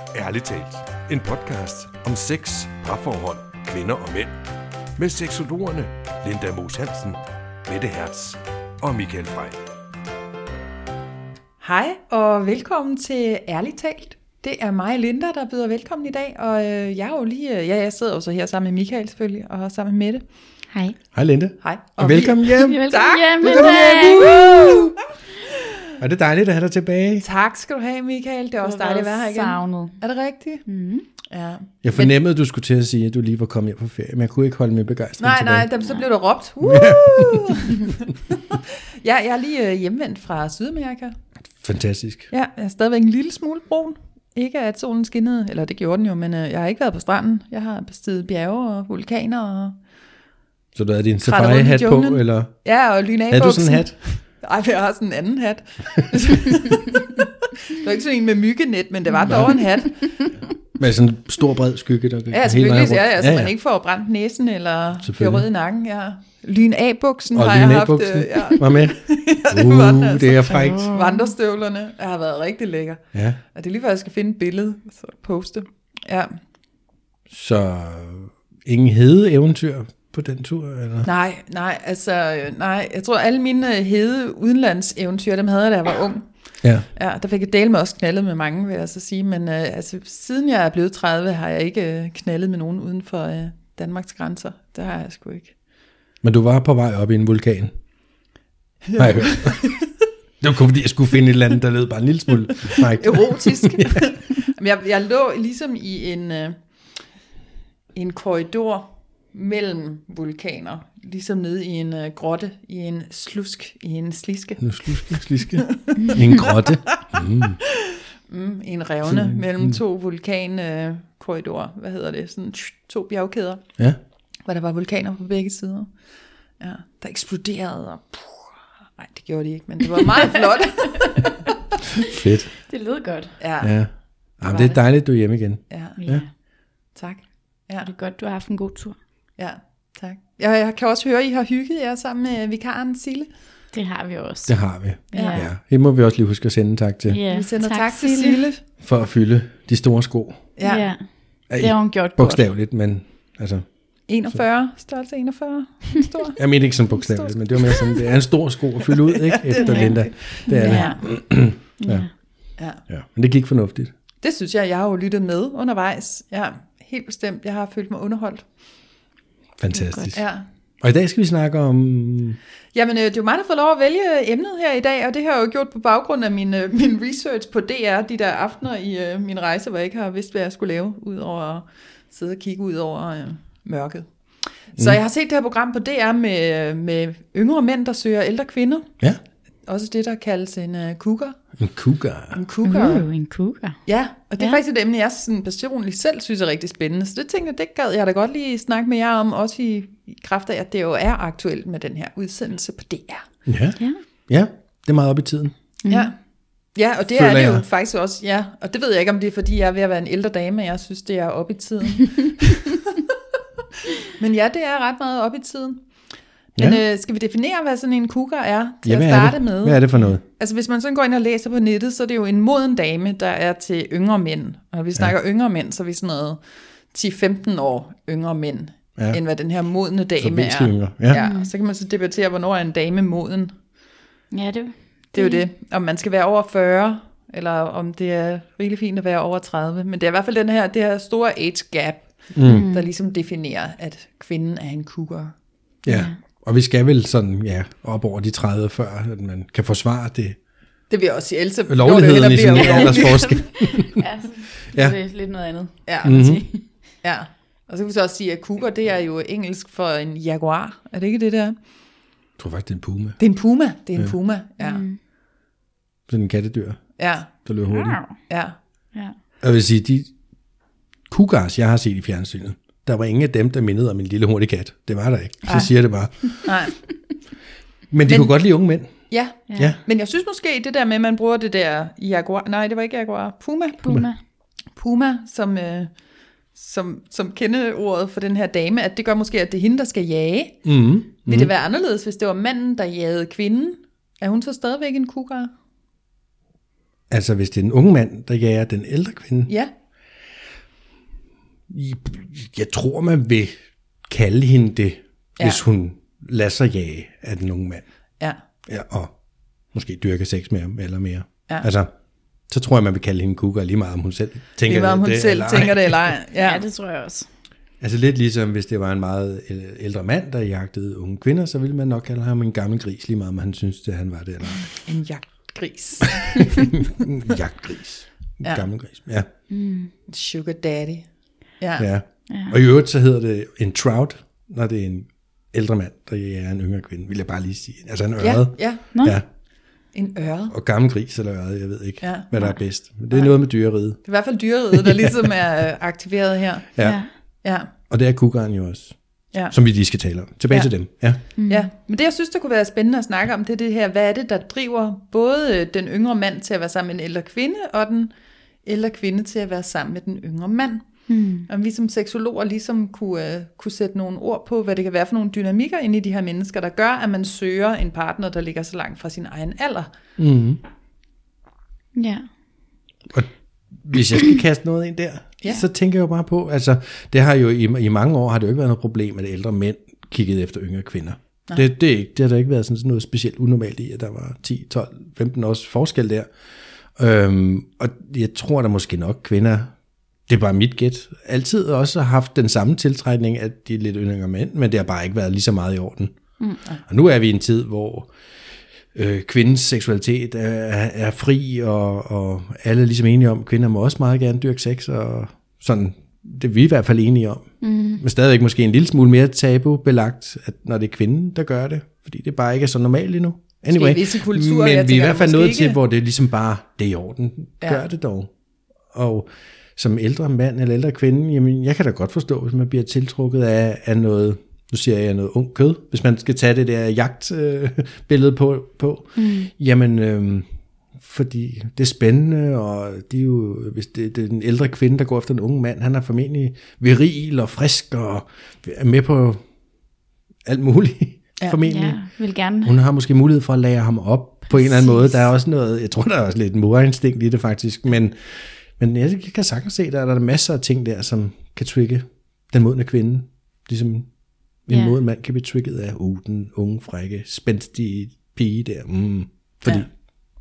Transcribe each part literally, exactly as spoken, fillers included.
Ærligt talt. En podcast om sex, parforhold, kvinder og mænd. Med seksologerne Linda Moos Hansen, Mette Hertz og Michael Frey. Hej og velkommen til Ærligt talt. Det er mig, Linda, der byder velkommen i dag. Og øh, jeg er jo lige, ja, jeg sidder jo så her sammen med Michael selvfølgelig, og sammen med Mette. Hej. Hej Linda. Hej. Og, og velkommen vi... hjem. Velkommen tak. hjem, Velkommen hjem. Uh! Og det er dejligt at have dig tilbage. Tak skal du have, Michael. Det er også dejligt at være her igen. Savnet. Er det rigtigt? Mm. Ja. Jeg fornemmede, at du skulle til at sige, at du lige var kommet hjem på ferie, men jeg kunne ikke holde min begejstring Nej, tilbage. nej, så blev der råbt. Uh! ja, jeg er lige hjemvendt fra Sydamerika. Fantastisk. Ja, jeg er stadigvæk en lille smule brun. Ikke at solen skinnede, eller det gjorde den jo, men øh, jeg har ikke været på stranden. Jeg har bestiget bjerge og vulkaner. Og Så du havde din Kratter rundt i safari-hat på, junglen. eller? ja, og lyn af Havde du sådan en hat? Ej, jeg har sådan en anden hat. Det var ikke sådan en med myggenet, men det var dog en hat. Med sådan en stor, bred skygge, der Ja, hele vejen selvfølgelig, rundt. ja, ja, så ja, ja. man ikke får brændt næsen eller bliver Selvfølgelig. rød i nakken. Ja. Lyn A-buksen Og har jeg lyn haft. A-buksen øh, Ja. var med. Ja, det var den Uh, altså. det er frækt. Vandrestøvlerne. Jeg har været rigtig lækker. Ja. Og det er lige før, jeg skal finde et billede så poste. Ja. Så ingen hede eventyr på den tur, eller? Nej, nej, altså, øh, nej. Jeg tror, alle mine øh, hede udenlandseventyr, dem havde jeg, da jeg var ung. Ja. Ja, der fik jeg dele med også knaldet med mange, vil jeg så sige. Men øh, altså, siden jeg er blevet tredive, har jeg ikke øh, knaldet med nogen uden for øh, Danmarks grænser. Det har jeg sgu ikke. Men Men du var på vej op i en vulkan. Har jeg hørt. Det var kun fordi, jeg skulle finde et eller andet, der lød bare en lille smule frækt. erotisk. Men jeg, jeg lå ligesom i en, øh, en korridor mellem vulkaner. Ligesom nede i en øh, grotte, i en slusk, i en sliske. Nu sluske, sliske. I en grotte. Mm. Mm, I en revne Sådan en- mellem to vulkankorridorer. Øh, Hvad hedder det? Sådan tsk, to bjergkæder. Ja. Hvor der var vulkaner på begge sider. Ja, der eksploderede. Og puh, nej, det gjorde de ikke, men det var meget flot. Fedt. Det lød godt. Ja, Ja. Jamen, det er dejligt, du er hjemme igen. ja, Ja. tak. Ja, Det er godt, du har haft en god tur. ja, tak. Jeg, jeg kan også høre, at I har hygget jer sammen med vikaren Sille. Det har vi også. Det har vi. Ja. Ja. Det må vi også lige huske at sende en tak til. Ja. Vi sender tak, tak til Sille. Sille. For at fylde de store sko. Ja, Ja. Ja, Det har hun gjort godt. bogstaveligt, men altså... enogfyrre, størrelse enogfyrre. Stor. Jeg mener ikke sådan bogstaveligt, men det var mere sådan, det er en stor sko at fylde ud, ikke? Efter Linda. Det er det. Ja. Ja. Ja. Ja. Men det gik fornuftigt. Det synes jeg, jeg har jo lyttet med undervejs. Ja, helt bestemt. Jeg har følt mig underholdt. Fantastisk. Ja. Og i dag skal vi snakke om... Jamen, øh, det er jo mig, der får lov at vælge emnet her i dag, og det har jeg jo gjort på baggrund af min, øh, min research på D R, de der aftener i øh, min rejse, hvor jeg ikke har vidst, hvad jeg skulle lave, udover at sidde og kigge ud over øh, mørket. Så Mm. jeg har set det her program på D R med, med yngre mænd, der søger ældre kvinder. Ja, Også det, der kaldes en uh, cougar. en cougar. En cougar. Uh, en cougar. Ja, og det er Ja. faktisk et emne, jeg sådan personligt selv synes er rigtig spændende. Så det tænkte jeg, det gad jeg da godt lige snakke med jer om, også i, i kraft af, at det jo er aktuelt med den her udsendelse på D R. Ja. Ja. Ja, det er meget op i tiden. Mm. Ja. Ja, og det Føler er det jo jeg. faktisk også, ja. Og det ved jeg ikke, om det er, fordi jeg er ved at være en ældre dame, jeg synes, det er op i tiden. Men ja, det er ret meget op i tiden. Men Ja. øh, skal vi definere, hvad sådan en cougar er til Ja, at hvad er starte det? med? Hvad er det for noget? Altså hvis man sådan går ind og læser på nettet, så er det jo en moden dame, der er til yngre mænd. Og når vi snakker ja. yngre mænd, så er vi sådan noget ti til femten år yngre mænd, Ja. ja. end hvad den her modne Så dame væsentligt er. yngre. Ja. Ja, så kan man så debattere, hvornår er en dame moden. Ja, det, Det er jo det. Om man skal være over fyrre, eller om det er rigtig fint at være over tredive. Men det er i hvert fald den her, det her store age gap, Mm. der ligesom definerer, at kvinden er en cougar. Ja. Og vi skal vel sådan, ja, op over de tredive, før at man kan forsvare det. Det vil jeg også sige. Ellers når det Lovligheden heller i sådan en bliver aldersforskel. ja, så, Ja. det er lidt noget andet. Ja. Mhm. Ja, og så kan vi så også sige, at cougar, det er jo engelsk for en jaguar. Er det ikke det der? Jeg tror faktisk, det er en puma. Det er en puma. Det er en Ja. puma, ja. Mm. Sådan en kattedyr, Ja, der løber hurtigt. ja. Ja. Jeg vil sige, de cougars, jeg har set i fjernsynet, der var ingen af dem, der mindede om en lille hurtig kat. Det var der ikke. Så Ej. siger jeg det bare. Nej. Men de Men- kunne godt lide unge mænd. Ja, Ja. Ja. men jeg synes måske, det der med, at man bruger det der jaguar, nej, det var ikke jaguar, puma. Puma. Puma, som, øh, som, som kendeordet for den her dame, at det gør måske, at det er hende, der skal jage. Mm. Vil det være anderledes, hvis det var manden, der jagede kvinden? Er hun så stadigvæk en cougar? Altså, hvis det er en ung mand, der jager den ældre kvinde. Ja. Jeg, jeg tror, man vil kalde hende det, Ja. hvis hun lader sig jage af den unge mand. Ja. Ja, og måske dyrke sex med ham eller mere. Ja. Altså, så tror jeg, man vil kalde hende cougar lige meget, om hun selv tænker Lige meget om hun det, selv eller ej. tænker det eller ej. Ja. Ja, det tror jeg også. Altså lidt ligesom, hvis det var en meget ældre mand, der jagtede unge kvinder, så ville man nok kalde ham en gammel gris, lige meget om han synes, at han var det eller ej. En jagtgris. En jagtgris. En Ja. gammel gris, ja. Sugar daddy. Ja. ja. Ja. Og i øvrigt, så hedder det en trout, når det er en ældre mand, der er en yngre kvinde, vil jeg bare lige sige. Altså en Ja, ørred. ja. Nå. Ja. En øre. Og gammel gris eller ørred, jeg ved ikke, Ja. hvad der er bedst. Men det er noget med dyreriget. Det er i hvert fald dyreriget, der ligesom er øh, aktiveret her. Ja. Ja. Ja. Og det er cougaren jo også, Ja. som vi lige skal tale om. Tilbage Ja. til dem. Ja. Mm. Ja, men det jeg synes, der kunne være spændende at snakke om, det er det her, hvad er det, der driver både den yngre mand til at være sammen med en ældre kvinde, og den ældre kvinde til at være sammen med den yngre mand. Mm. Om vi som seksologer ligesom kunne, uh, kunne sætte nogle ord på, hvad det kan være for nogle dynamikker inde i de her mennesker, der gør, at man søger en partner, der ligger så langt fra sin egen alder. Mm-hmm. Ja. Og hvis jeg skal kaste noget ind der, Ja. så tænker jeg jo bare på, altså det har jo i, i mange år har det jo ikke været noget problem, at ældre mænd kiggede efter yngre kvinder. Det, det, er ikke, det har der ikke været sådan noget specielt unormalt i, at der var ti, tolv, femten års forskel der. Øhm, og jeg tror, der måske nok kvinder, det er bare mit gæt, altid også har haft den samme tiltrækning af de lidt yngre mænd, men det har bare ikke været lige så meget i orden. Mm. Og nu er vi i en tid, hvor øh, kvindens seksualitet er, er fri, og, og alle er ligesom enige om, at kvinder må også meget gerne dyrke sex, og sådan, det er vi i hvert fald enige om. Mm. Men stadigvæk måske en lille smule mere tabu-belagt, at når det er kvinden, der gør det, fordi det bare ikke er så normalt endnu. Anyway, i visse kulturer, men jeg vi er i tænker, hvert fald måske nået ikke- til, hvor det er ligesom bare, det er i orden. Ja. Gør det dog. Og som ældre mand eller ældre kvinde, jamen jeg kan da godt forstå, hvis man bliver tiltrukket af, af noget, nu siger jeg noget ung kød, hvis man skal tage det der jagtbillede øh, på, på mm. jamen øh, fordi det er spændende, og det er jo, hvis det, det er den ældre kvinde, der går efter den unge mand, han er formentlig viril og frisk, og er med på alt muligt, ja. formentlig. Ja, vil gerne. Hun har måske mulighed for at lære ham op på en eller anden måde. Der er også noget, jeg tror, der er også lidt morinstinkt i det faktisk, men, men jeg kan sagtens se, der er der masser af ting der, som kan trigge den modne kvinde. Ligesom en Ja. moden mand kan blive trigget af uh, den unge, frække, spændstige pige der. Mm. Fordi Ja.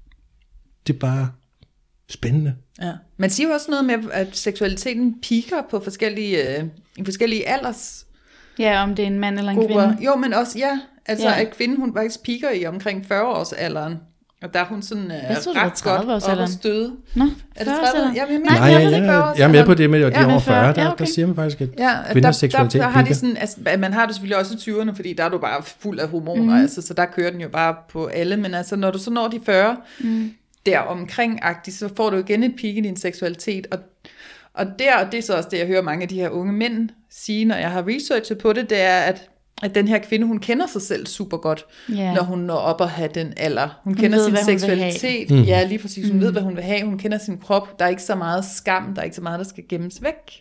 det er bare spændende. Ja. Man siger jo også noget med, at seksualiteten piker på forskellige, øh, i forskellige alders Ja, om det er en mand eller en grupper. kvinde. Jo, men også, ja, altså Ja. at kvinden, hun faktisk piker i omkring fyrre års alderen. Og der er hun sådan øh, Jeg troede, det var ret godt tredive års op at alderen. støde. Nå, Er det fyrre tredive? års Jamen, jeg Nej, mener, Nej, jeg ja, ved ikke, ja, fyrre års jeg er med alderen. på det med, at de Ja, over med fyrre, fyrre. der, Ja, okay. der siger man faktisk, at Ja, at kvinders der, seksualitet der, der har de piker. sådan, altså, at man har det selvfølgelig også i tyverne, fordi der er du bare fuld af hormoner, mm. altså, så der kører den jo bare på alle, men altså når du så når de fyrre, mm. der omkring-agtigt, så får du igen et peak i din seksualitet, og, og der, og det er så også det, jeg hører mange af de her unge mænd sige, når jeg har researchet på det, det er, at at den her kvinde, hun kender sig selv super godt, Ja. når hun når op og have den alder. Hun, Hun kender ved, sin hvad hun vil seksualitet. have. Ja, lige præcis. Hun Mm. ved, hvad hun vil have. Hun kender sin krop. Der er ikke så meget skam. Der er ikke så meget, der skal gemmes væk.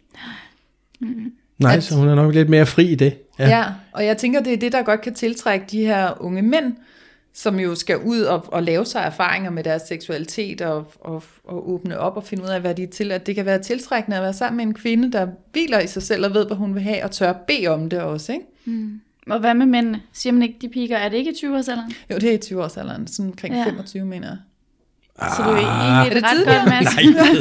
Nej, at- så hun er nok lidt mere fri i det. Ja. ja, og jeg tænker, det er det, der godt kan tiltrække de her unge mænd, som jo skal ud og, og lave sig erfaringer med deres seksualitet og, og, og åbne op og finde ud af, hvad de er til. At det kan være tiltrækkende at være sammen med en kvinde, der hviler i sig selv og ved, hvad hun vil have, og tør bede om det også, ikke? Og hvad med mændene? Siger man ikke, de piker? Er det ikke i tyve-årsalderen? Jo, det er i tyve-årsalderen, sådan omkring Ja. ja. femogtyve, mener jeg. Så det er jo Ah. egentlig Er et det ret tidligere? godt match.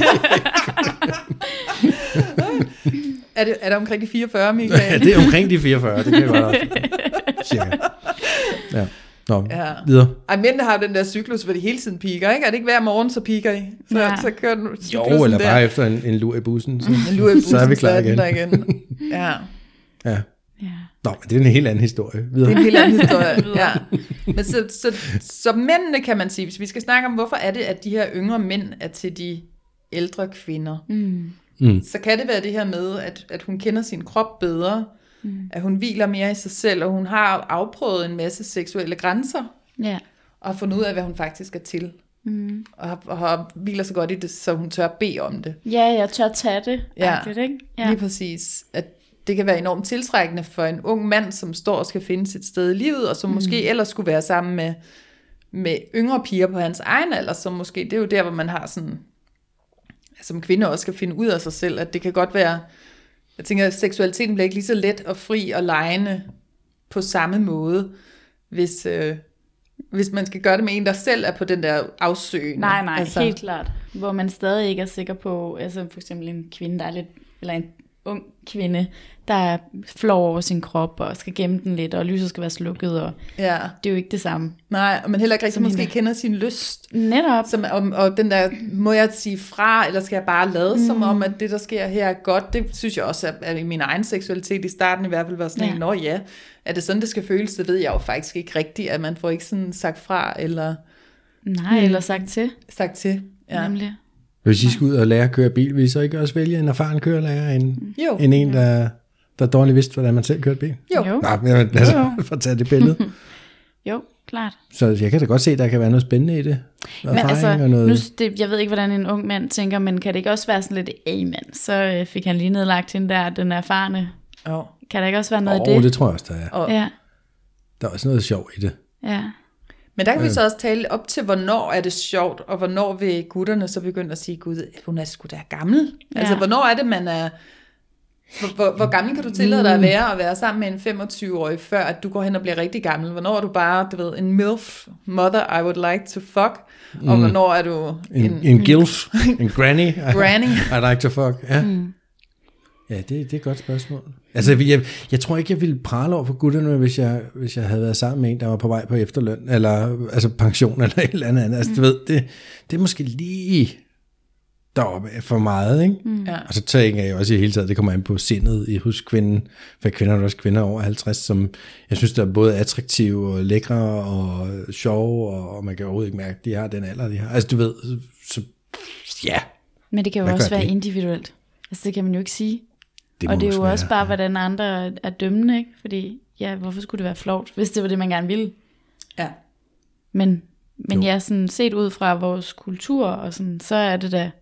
Er det, er det omkring de fireogfyrre, Michael? Ja, det er omkring de fireogfyrre, det kan jeg godt også. Cirka. Ja. Nå, Ja. videre. Ej, mændene har den der cyklus, hvor de hele tiden piker, ikke? Er det ikke hver morgen, så piker I? Så, Ja. ja. så kører den Jo, cyklussen eller der. bare efter en, en lur i bussen. Så, En lur i bussen, så er vi klar så den igen. der igen. Ja, Ja. Ja. Nå, men det er en helt anden historie. Videre. det er en helt anden historie. Ja. Men så, så, så mændene kan man sige, hvis vi skal snakke om, hvorfor er det, at de her yngre mænd er til de ældre kvinder, Mm. Mm. så kan det være det her med, at, at hun kender sin krop bedre, mm. at hun hviler mere i sig selv, og hun har afprøvet en masse seksuelle grænser, Ja. og har fundet ud af, hvad hun faktisk er til. Mm. Og, har, og har, hviler så godt i det, så hun tør bede om det. Ja, jeg tør tage det. Ja. Agtigt, ikke? Ja. Lige præcis. At det kan være enormt tiltrækkende for en ung mand, som står og skal finde sit sted i livet, og som mm. måske ellers skulle være sammen med, med yngre piger på hans egen alder, som måske, det er jo der, hvor man har sådan, som kvinde også skal finde ud af sig selv, at det kan godt være jeg tænker, at seksualiteten bliver ikke lige så let og fri og legende på samme måde, hvis, øh, hvis man skal gøre det med en, der selv er på den der afsøgende. Nej, nej, altså. Helt klart. Hvor man stadig ikke er sikker på, altså for eksempel en kvinde, der er lidt, eller en ung kvinde, der er flov over sin krop, og skal gemme den lidt, og lyset skal være slukket, og ja. Det er jo ikke det samme. Nej, og man heller ikke rigtig måske hende. kender sin lyst. Netop. Som, og, og den der, må jeg sige fra, eller skal jeg bare lade mm. som om, at det, der sker her er godt, det synes jeg også, at i min egen seksualitet i starten i hvert fald var sådan ja. en, nå ja, er det sådan, det skal føles, det ved jeg jo faktisk ikke rigtigt, at man får ikke sådan sagt fra, eller... Nej, eller sagt til. Sagt til, ja. Nemlig. Hvis I skal ud og lære at køre bil, vil I så ikke også vælge en erfaren kørelærer, end, end en, der, der dårligt vidste, hvordan man selv kørte bil? Jo. jo. Nej, men altså, jo, jo. for at tage det billede. Jo, klart. Så jeg kan da godt se, at der kan være noget spændende i det. Men altså, noget... nu, det, jeg ved ikke, hvordan en ung mand tænker, men kan det ikke også være sådan lidt, ej mand, så øh, fik han lige nedlagt hende der, den erfarne. Oh. Kan der ikke også være noget oh, i det? Åh, det tror jeg også, der er. Oh. Ja. Der er også noget sjov i det. Ja. Men der kan vi så også tale op til, hvornår er det sjovt, og hvornår vil gutterne så begynde at sige, gud, hun er sgu da gammel. Ja. Altså, hvornår er det, man er... Hvor, hvor, hvor gammel kan du tillade dig at være, at være sammen med en femogtyve-årig, før at du går hen og bliver rigtig gammel? Hvornår er du bare, du ved, en milf, mother I would like to fuck, mm. og hvornår er du... En, en, en gilf, en granny, granny. I like to fuck, ja. Mm. Ja, det, det er et godt spørgsmål. Altså, jeg, jeg tror ikke, jeg ville prale over for gutterne, hvis jeg, hvis jeg havde været sammen med en, der var på vej på efterløn, eller altså pension, eller et eller andet. Altså, mm. du ved, det, det er måske lige deroppe for meget, ikke? Mm. Og så tænker jeg også i hele taget, det kommer an på sindet i hos kvinden, for kvinder er også kvinder over halvtreds, som jeg synes, der er både attraktive og lækre og sjove, og man kan overhovedet ikke mærke, at de har den alder, de har. Altså, du ved, så ja. Men det kan jo også være det? individuelt. Altså, det kan man jo ikke sige. Det og det er jo være, også bare, ja. hvordan andre er dømmende, ikke? Fordi, ja, hvorfor skulle det være flovt, hvis det var det, man gerne ville? Ja. Men, men ja, sådan set ud fra vores kultur, og sådan, så er det da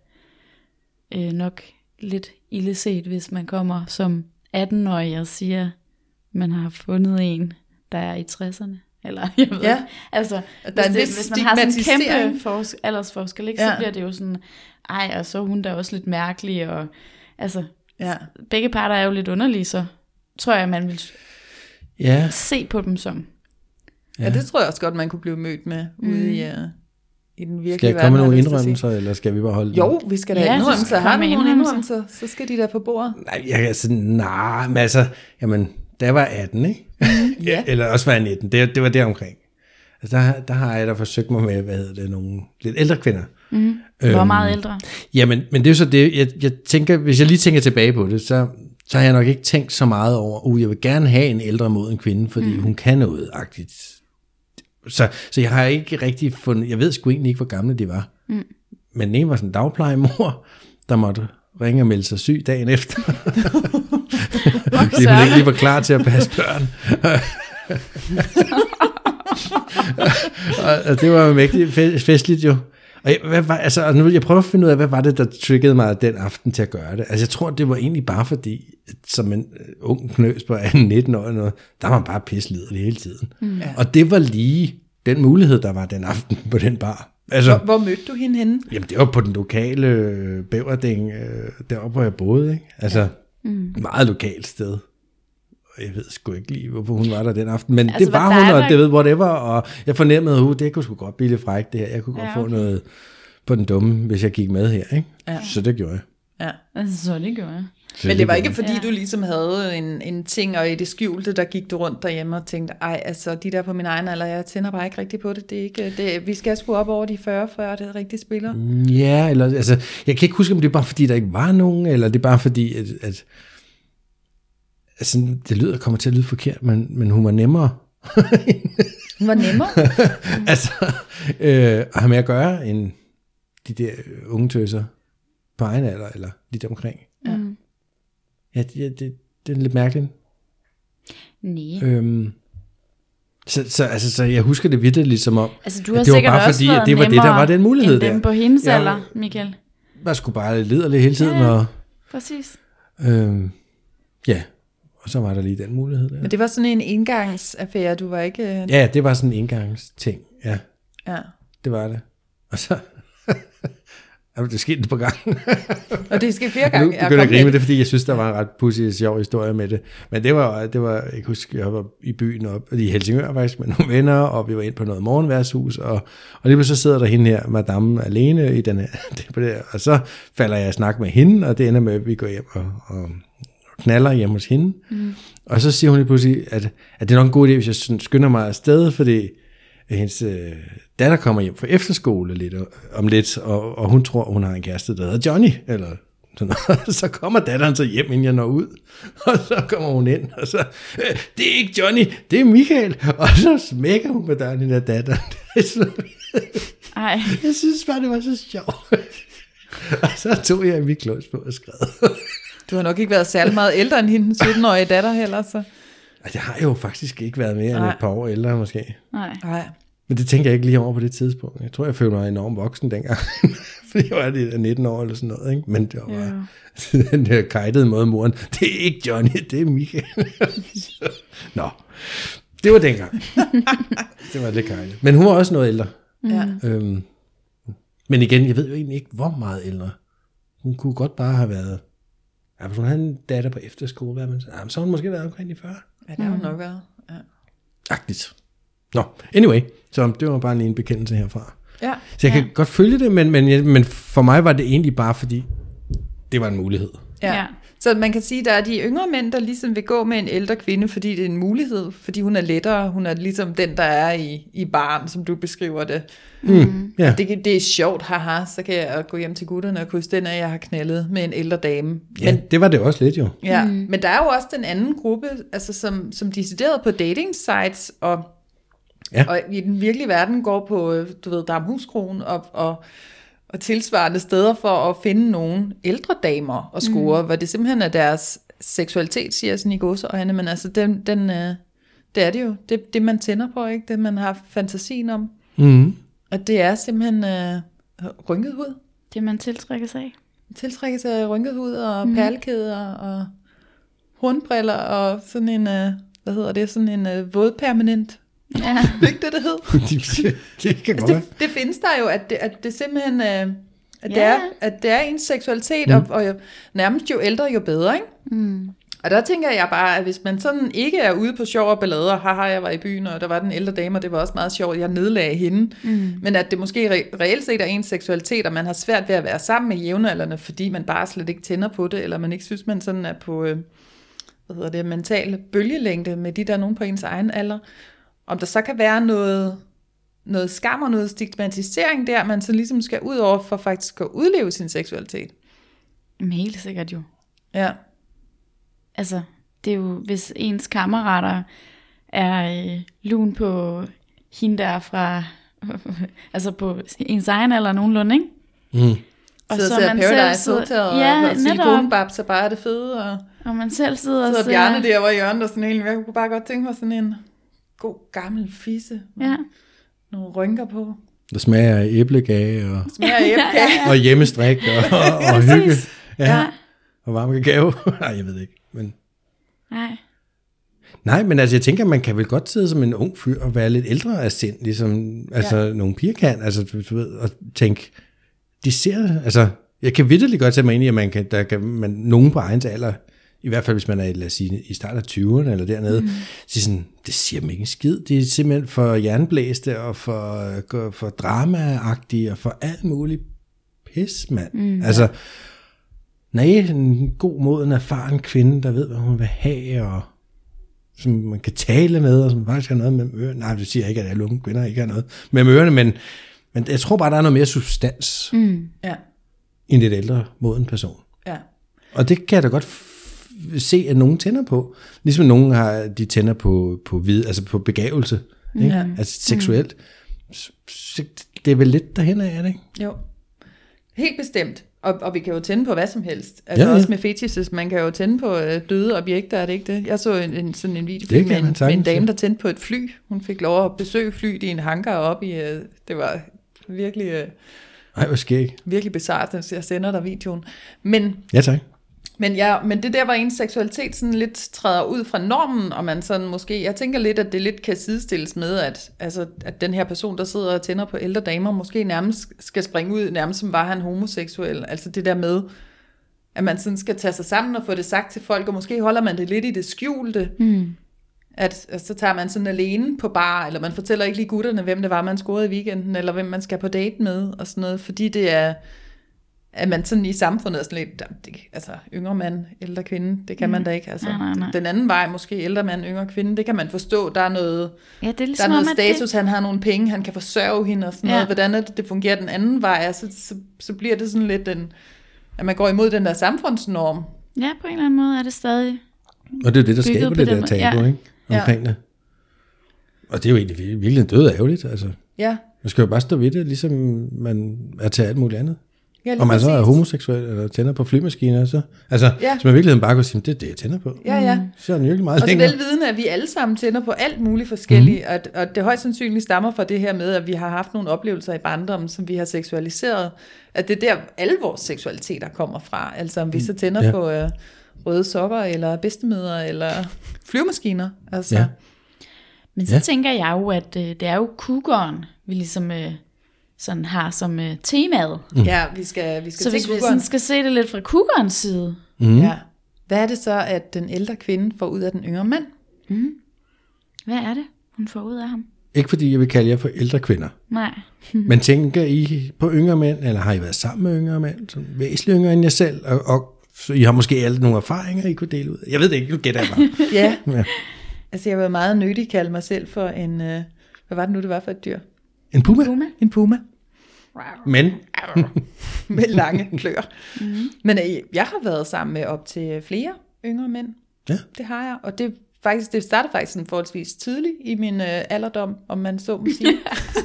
øh, nok lidt illeset, hvis man kommer som atten-årig og siger, man har fundet en, der er i tresserne. Eller, jeg ved ja. altså, der hvis, er det, hvis man har sådan en kæmpe fors- aldersforskel, ikke, ja. så bliver det jo sådan, ej, og så er hun da også lidt mærkelig, og altså... Ja. Begge parter er jo lidt underlige, så tror jeg, man vil ja. se på dem som. Ja. ja, det tror jeg også godt, man kunne blive mødt med mm. ude i, uh, i den virkelige verden. Skal jeg komme med nogle indrømmelser, eller skal vi bare holde Jo, vi skal da ja, have indrømmelser. Har vi nogle indrømmelser, så skal de der på bordet. Nej, jeg kan sådan, nej, men altså, jamen, da jeg var atten, ikke? ja. Eller også var jeg nitten, det, det var der omkring. Altså, der, der har jeg da forsøgt mig med, hvad hedder det, nogle lidt ældre kvinder. Mm. Hvor øhm, meget ældre? Jamen, men det er jo så det, jeg, jeg tænker, hvis jeg lige tænker tilbage på det, så, så har jeg nok ikke tænkt så meget over, uh, jeg vil gerne have en ældre mod en kvinde, fordi mm. hun kan noget-agtigt. Så, så jeg har ikke rigtig fundet, jeg ved sgu egentlig ikke, hvor gamle de var. Mm. Men den ene var sådan en dagplejemor, der måtte ringe og melde sig syg dagen efter. De ville ikke lige være klar til at passe børn. Og det var jo mægtigt festligt jo. Og jeg, hvad var, altså, nu vil jeg prøve at finde ud af, hvad var det, der triggede mig den aften til at gøre det. Altså jeg tror, det var egentlig bare fordi, som en ung knøs på atten nitten år, noget, der var man bare pisseliderlig hele tiden. Mm. Og det var lige den mulighed, der var den aften på den bar. Altså, hvor, hvor mødte du hende henne? Jamen det var på den lokale Bæverding, deroppe hvor jeg boede, ikke? Altså ja. mm. meget lokalt sted. Jeg ved sgu ikke lige, hvorfor hun var der den aften, men altså, det var hun, og der... det ved whatever, og jeg fornemmede, at det kunne sgu godt blive lidt frækt det her. Jeg kunne ja, godt okay. få noget på den dumme, hvis jeg gik med her, ikke? Ja. Så det gjorde jeg. Ja, altså, så det gjorde jeg. Så men det var ikke fordi, ja. du ligesom havde en, en ting, og i det skjulte, der gik du rundt derhjemme og tænkte, ej, altså, de der på min egen alder, jeg tænder bare ikke rigtig på det. Det er ikke, det, vi skal sgu op over de fyrre, før det er rigtig spiller. Ja, eller, altså, jeg kan ikke huske, om det er bare fordi, der ikke var nogen, eller det er bare fordi, at, at altså, det lyder, kommer til at lyde forkert, men, men hun var nemmere. Hun var nemmere? altså, øh, at have med at gøre, end de der unge tøser på egen alder, eller lidt omkring. Ja. Ja, det, det, det er lidt mærkeligt. Nej. Øhm, så, så, altså, så jeg husker det vitterligt som om, altså, du har det var sikkert bare også fordi, at det var det, der var den mulighed der. End dem på hendes ja, alder, Michael. Jeg skulle bare liderlig hele tiden. Ja, og, præcis. Øhm, ja, og så var der lige den mulighed der. Men det var sådan en engangsaffære, du var ikke... Ja, det var sådan en engangsting, ja. Ja. Det var det. Og så... Jamen, det skete på gang. Og det skete flere Nu gange. begynder jeg at grine med det, fordi jeg synes, der var en ret pudsig sjov historie med det. Men det var, det var jeg kan huske, jeg var i byen op, i Helsingør faktisk, med nogle venner, og vi var ind på noget morgenværtshus, og, og lige så sidder der hende her, madame, alene i den her, det på det, og så falder jeg i snak med hende, og det ender med, at vi går hjem og, og knaller hjemme hos hende. Mm. Og så siger hun lige pludselig, at, at det er nok en god idé, hvis jeg sådan skynder mig afsted, fordi hendes øh, datter kommer hjem fra efterskole lidt, om lidt, og, og hun tror, hun har en kæreste, der hedder Johnny, eller sådan noget. Så kommer datteren så hjem, inden jeg når ud, og så kommer hun ind, og så, øh, det er ikke Johnny, det er Michael, og så smækker hun med døren, den der datter. Ej. Jeg synes bare, det var så sjovt. Og så tog jeg en miklås på og skrev. Du har nok ikke været særlig meget ældre end hende, sytten-årige datter heller, så. Jeg har jo faktisk ikke været mere end Nej. et par år ældre, måske. Nej. Nej. Men det tænker jeg ikke lige over på det tidspunkt. Jeg tror, jeg følte mig enormt voksen dengang. Fordi jeg var det nitten år eller sådan noget, ikke? Men det var bare den der kajtede måde moren. Det er ikke Johnny, det er Michael. Nå, det var dengang. Det var lidt kajtet. Men hun var også noget ældre. Ja. Øhm, men igen, jeg ved jo egentlig ikke, hvor meget ældre. Hun kunne godt bare have været... Ja, hvis hun havde en datter på efterskole, hvad man, ja, så har hun måske været omkring de fyrre. Ja, det har hun nok været. Ja. Agtigt. Nå, anyway, så det var bare lige en bekendelse herfra. Ja. Så jeg kan Ja. godt følge det, men, men, men for mig var det egentlig bare, fordi det var en mulighed. Ja. Ja. Så man kan sige, at der er de yngre mænd, der ligesom vil gå med en ældre kvinde, fordi det er en mulighed, fordi hun er lettere, hun er ligesom den, der er i, i barn, som du beskriver det. Mm. Ja. det. Det er sjovt, haha, så kan jeg gå hjem til gutterne og kysse den, at jeg har knaldet med en ældre dame. ja, Men, det var det også lidt jo. ja, mm. men der er jo også den anden gruppe, altså som, som decideret på dating sites, og, Ja. og i den virkelige verden går på, du ved, Damhuskroen og, og og tilsvarende steder for at finde nogle ældre damer og score, mm. hvor det simpelthen er deres seksualitet, siger sådan i godseøjne, men altså den, den, øh, det er det jo, det, det man tænder på, ikke? Det man har fantasien om, Mm. og det er simpelthen øh, rynket hud, Det man tiltrækker sig af. tiltrækker sig rynket hud og mm. perlekæder og hornbriller og sådan en, øh, hvad hedder det, sådan en øh, vådpermanent. Ja. Det er ikke det, det hed. det, det kan godt Altså, være. det, det findes der jo, at det, at det simpelthen øh, at, det Ja. er, at det er ens seksualitet, Mm. og, og jo, nærmest jo ældre, jo bedre, ikke? Mm. Og der tænker jeg bare, at hvis man sådan ikke er ude på sjov og ballader, haha, jeg var i byen, og der var den ældre dame, og det var også meget sjovt, jeg nedlagde hende, mm. men at det måske re- reelt set er ens seksualitet, og man har svært ved at være sammen med jævnaldrende, fordi man bare slet ikke tænder på det, eller man ikke synes, man sådan er på, øh, hvad hedder det, mental bølgelængde med de der nogen på ens egen alder. Om der så kan være noget, noget skam og noget stigmatisering der, man så ligesom skal ud over for faktisk at udleve sin seksualitet. Men helt sikkert jo. Ja. Altså, det er jo, hvis ens kammerater er øh, lun på hende der fra, altså på ens egen alder nogenlunde, ikke? Mm. Og så ser Paradise Hotel og, ja, og silikonebab, så bare er det fede, og og man selv sidder så og er Bjarne derovre i hjørnet, og sådan en, jeg kunne bare godt tænke mig sådan en god gammel fisse, med Ja. nogle rynker på, Der smager af æblegage og, smager af æblekage. og hjemmestrik og, og, og Præcis. hygge. Ja. Ja. Og varm kakao. Nej, jeg ved det ikke. Men... Nej. Nej, men altså jeg tænker, man kan vel godt sidde som en ung fyr og være lidt ældre af sind, ligesom altså, ja. nogle piger kan, altså du, du ved, og tænke, de ser, altså jeg kan vitterligt godt tage mig ind i, at man kan, der kan man, nogen på egen alder, i hvert fald hvis man er, lad os sige, i starten af tyverne eller dernede, mm. så sådan, det siger dem ikke en skid, det er simpelthen for jernblæste og for, for drama-agtige og for alt muligt pis, mand. Mm. Altså, nej, en god moden, erfaren kvinde, der ved, hvad hun vil have, og som man kan tale med, og som faktisk har noget med ørerne. Nej, det siger ikke, at alle unge kvinder ikke har noget med ørerne, men, men jeg tror bare, der er noget mere substans Mm. Ja, i en lidt ældre moden person. ja. Og det kan jeg da godt f- se, at nogen tænder på. Ligesom nogen har, de tænder på, på, vid, altså på begavelse, ikke? Ja. Altså seksuelt. Så det er vel lidt derhen af, er det ikke? Jo, helt bestemt. Og, og vi kan jo tænde på hvad som helst. Altså Ja, ja. også med fetishes. Man kan jo tænde på øh, døde objekter, er det ikke det? Jeg så en, en, sådan en video Det kan med, en, man med en sagtens, dame, ja. der tændte på et fly. Hun fik lov at besøge flyet i en hangar op i... Øh, det var virkelig, øh, Ej, hvor skæg. virkelig bizarrt. Jeg sender dig videoen. Men, Ja, tak. Men, ja, men det der, hvor ens seksualitet sådan lidt træder ud fra normen, og man sådan måske, jeg tænker lidt, at det lidt kan sidestilles med, at, altså, at den her person, der sidder og tænder på ældre damer, måske nærmest skal springe ud, nærmest som var han homoseksuel. Altså det der med, at man sådan skal tage sig sammen og få det sagt til folk, og måske holder man det lidt i det skjulte. Mm. At, at så tager man sådan alene på bar, eller man fortæller ikke lige gutterne, hvem det var, man scorede i weekenden, eller hvem man skal på date med, og sådan noget, fordi det er, at man sådan i samfundet er sådan lidt, det, altså yngre mand, ældre kvinde, det kan mm. man da ikke, altså nej, nej, nej. Den anden vej, måske ældre mand, yngre kvinde, det kan man forstå, der er noget, ja, det er ligesom der er noget om, status, det... han har nogle penge, han kan forsørge hende, og sådan ja. noget, hvordan er det, det fungerer den anden vej, altså, så, så bliver det sådan lidt, en, at man går imod den der samfundsnorm. Ja, på en eller anden måde er det stadig. Og det er det, der skaber det der tabu, ja. Ikke? Omkring ja. det. Og det er jo egentlig virkelig død ærgerligt, altså. Ja. Man skal jo bare stå ved det, ligesom man er til alt muligt andet. Ja, og man så er homoseksuel, eller tænder på flymaskiner, så, altså, ja. så man virkelig bare kunne sige, det er det, jeg tænder på. Ja, ja. Så er den virkelig meget og længere. Og så velvidende, at vi alle sammen tænder på alt muligt forskelligt, mm. og, og det højst sandsynligt stammer fra det her med, at vi har haft nogle oplevelser i barndommen, som vi har seksualiseret, at det er der, alle vores seksualiteter kommer fra. Altså om vi så tænder ja. på øh, røde sokker, eller bedstemødre, eller flyvemaskiner. Altså. Ja. Men så ja. tænker jeg jo, at øh, det er jo kuggeren, vi ligesom øh, sådan har som øh, temaet. Mm. Ja, vi skal, vi skal så hvis vi sådan skal se det lidt fra kuggerens side. Mm. Ja. Hvad er det så, at den ældre kvinde får ud af den yngre mand? Mm. Hvad er det, hun får ud af ham? Ikke fordi jeg vil kalde jer for ældre kvinder. Nej. Men tænker I på yngre mænd, eller har I været sammen med yngre mænd, som væsentligt yngre end jer selv, og, og så I har måske alle nogle erfaringer, I kunne dele ud af? Jeg ved det ikke, nu gætter jeg bare. ja. ja. Altså jeg vil meget nødig kalde mig selv for en, øh, hvad var det nu, det var for et dyr? En puma? En puma. En puma. Men? med lange klør. Mm-hmm. Men øh, jeg har været sammen med op til flere yngre mænd. Ja. Det har jeg, og det, faktisk, det startede faktisk sådan forholdsvis tidligt i min øh, alderdom, om man så må sige.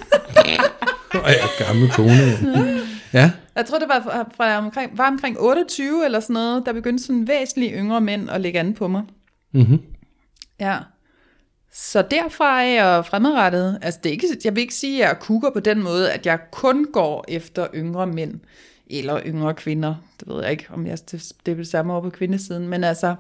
Og jeg er gammel kone. Ja. Jeg tror, det var, fra, fra omkring, var omkring otteogtyve eller sådan noget, der begyndte sådan væsentligt yngre mænd at lægge an på mig. Mhm. Ja, så derfra er jeg fremadrettet, altså det er ikke, jeg vil ikke sige, at jeg kukker på den måde, at jeg kun går efter yngre mænd, eller yngre kvinder, det ved jeg ikke, om jeg, det, det er det samme over på kvindesiden, men altså,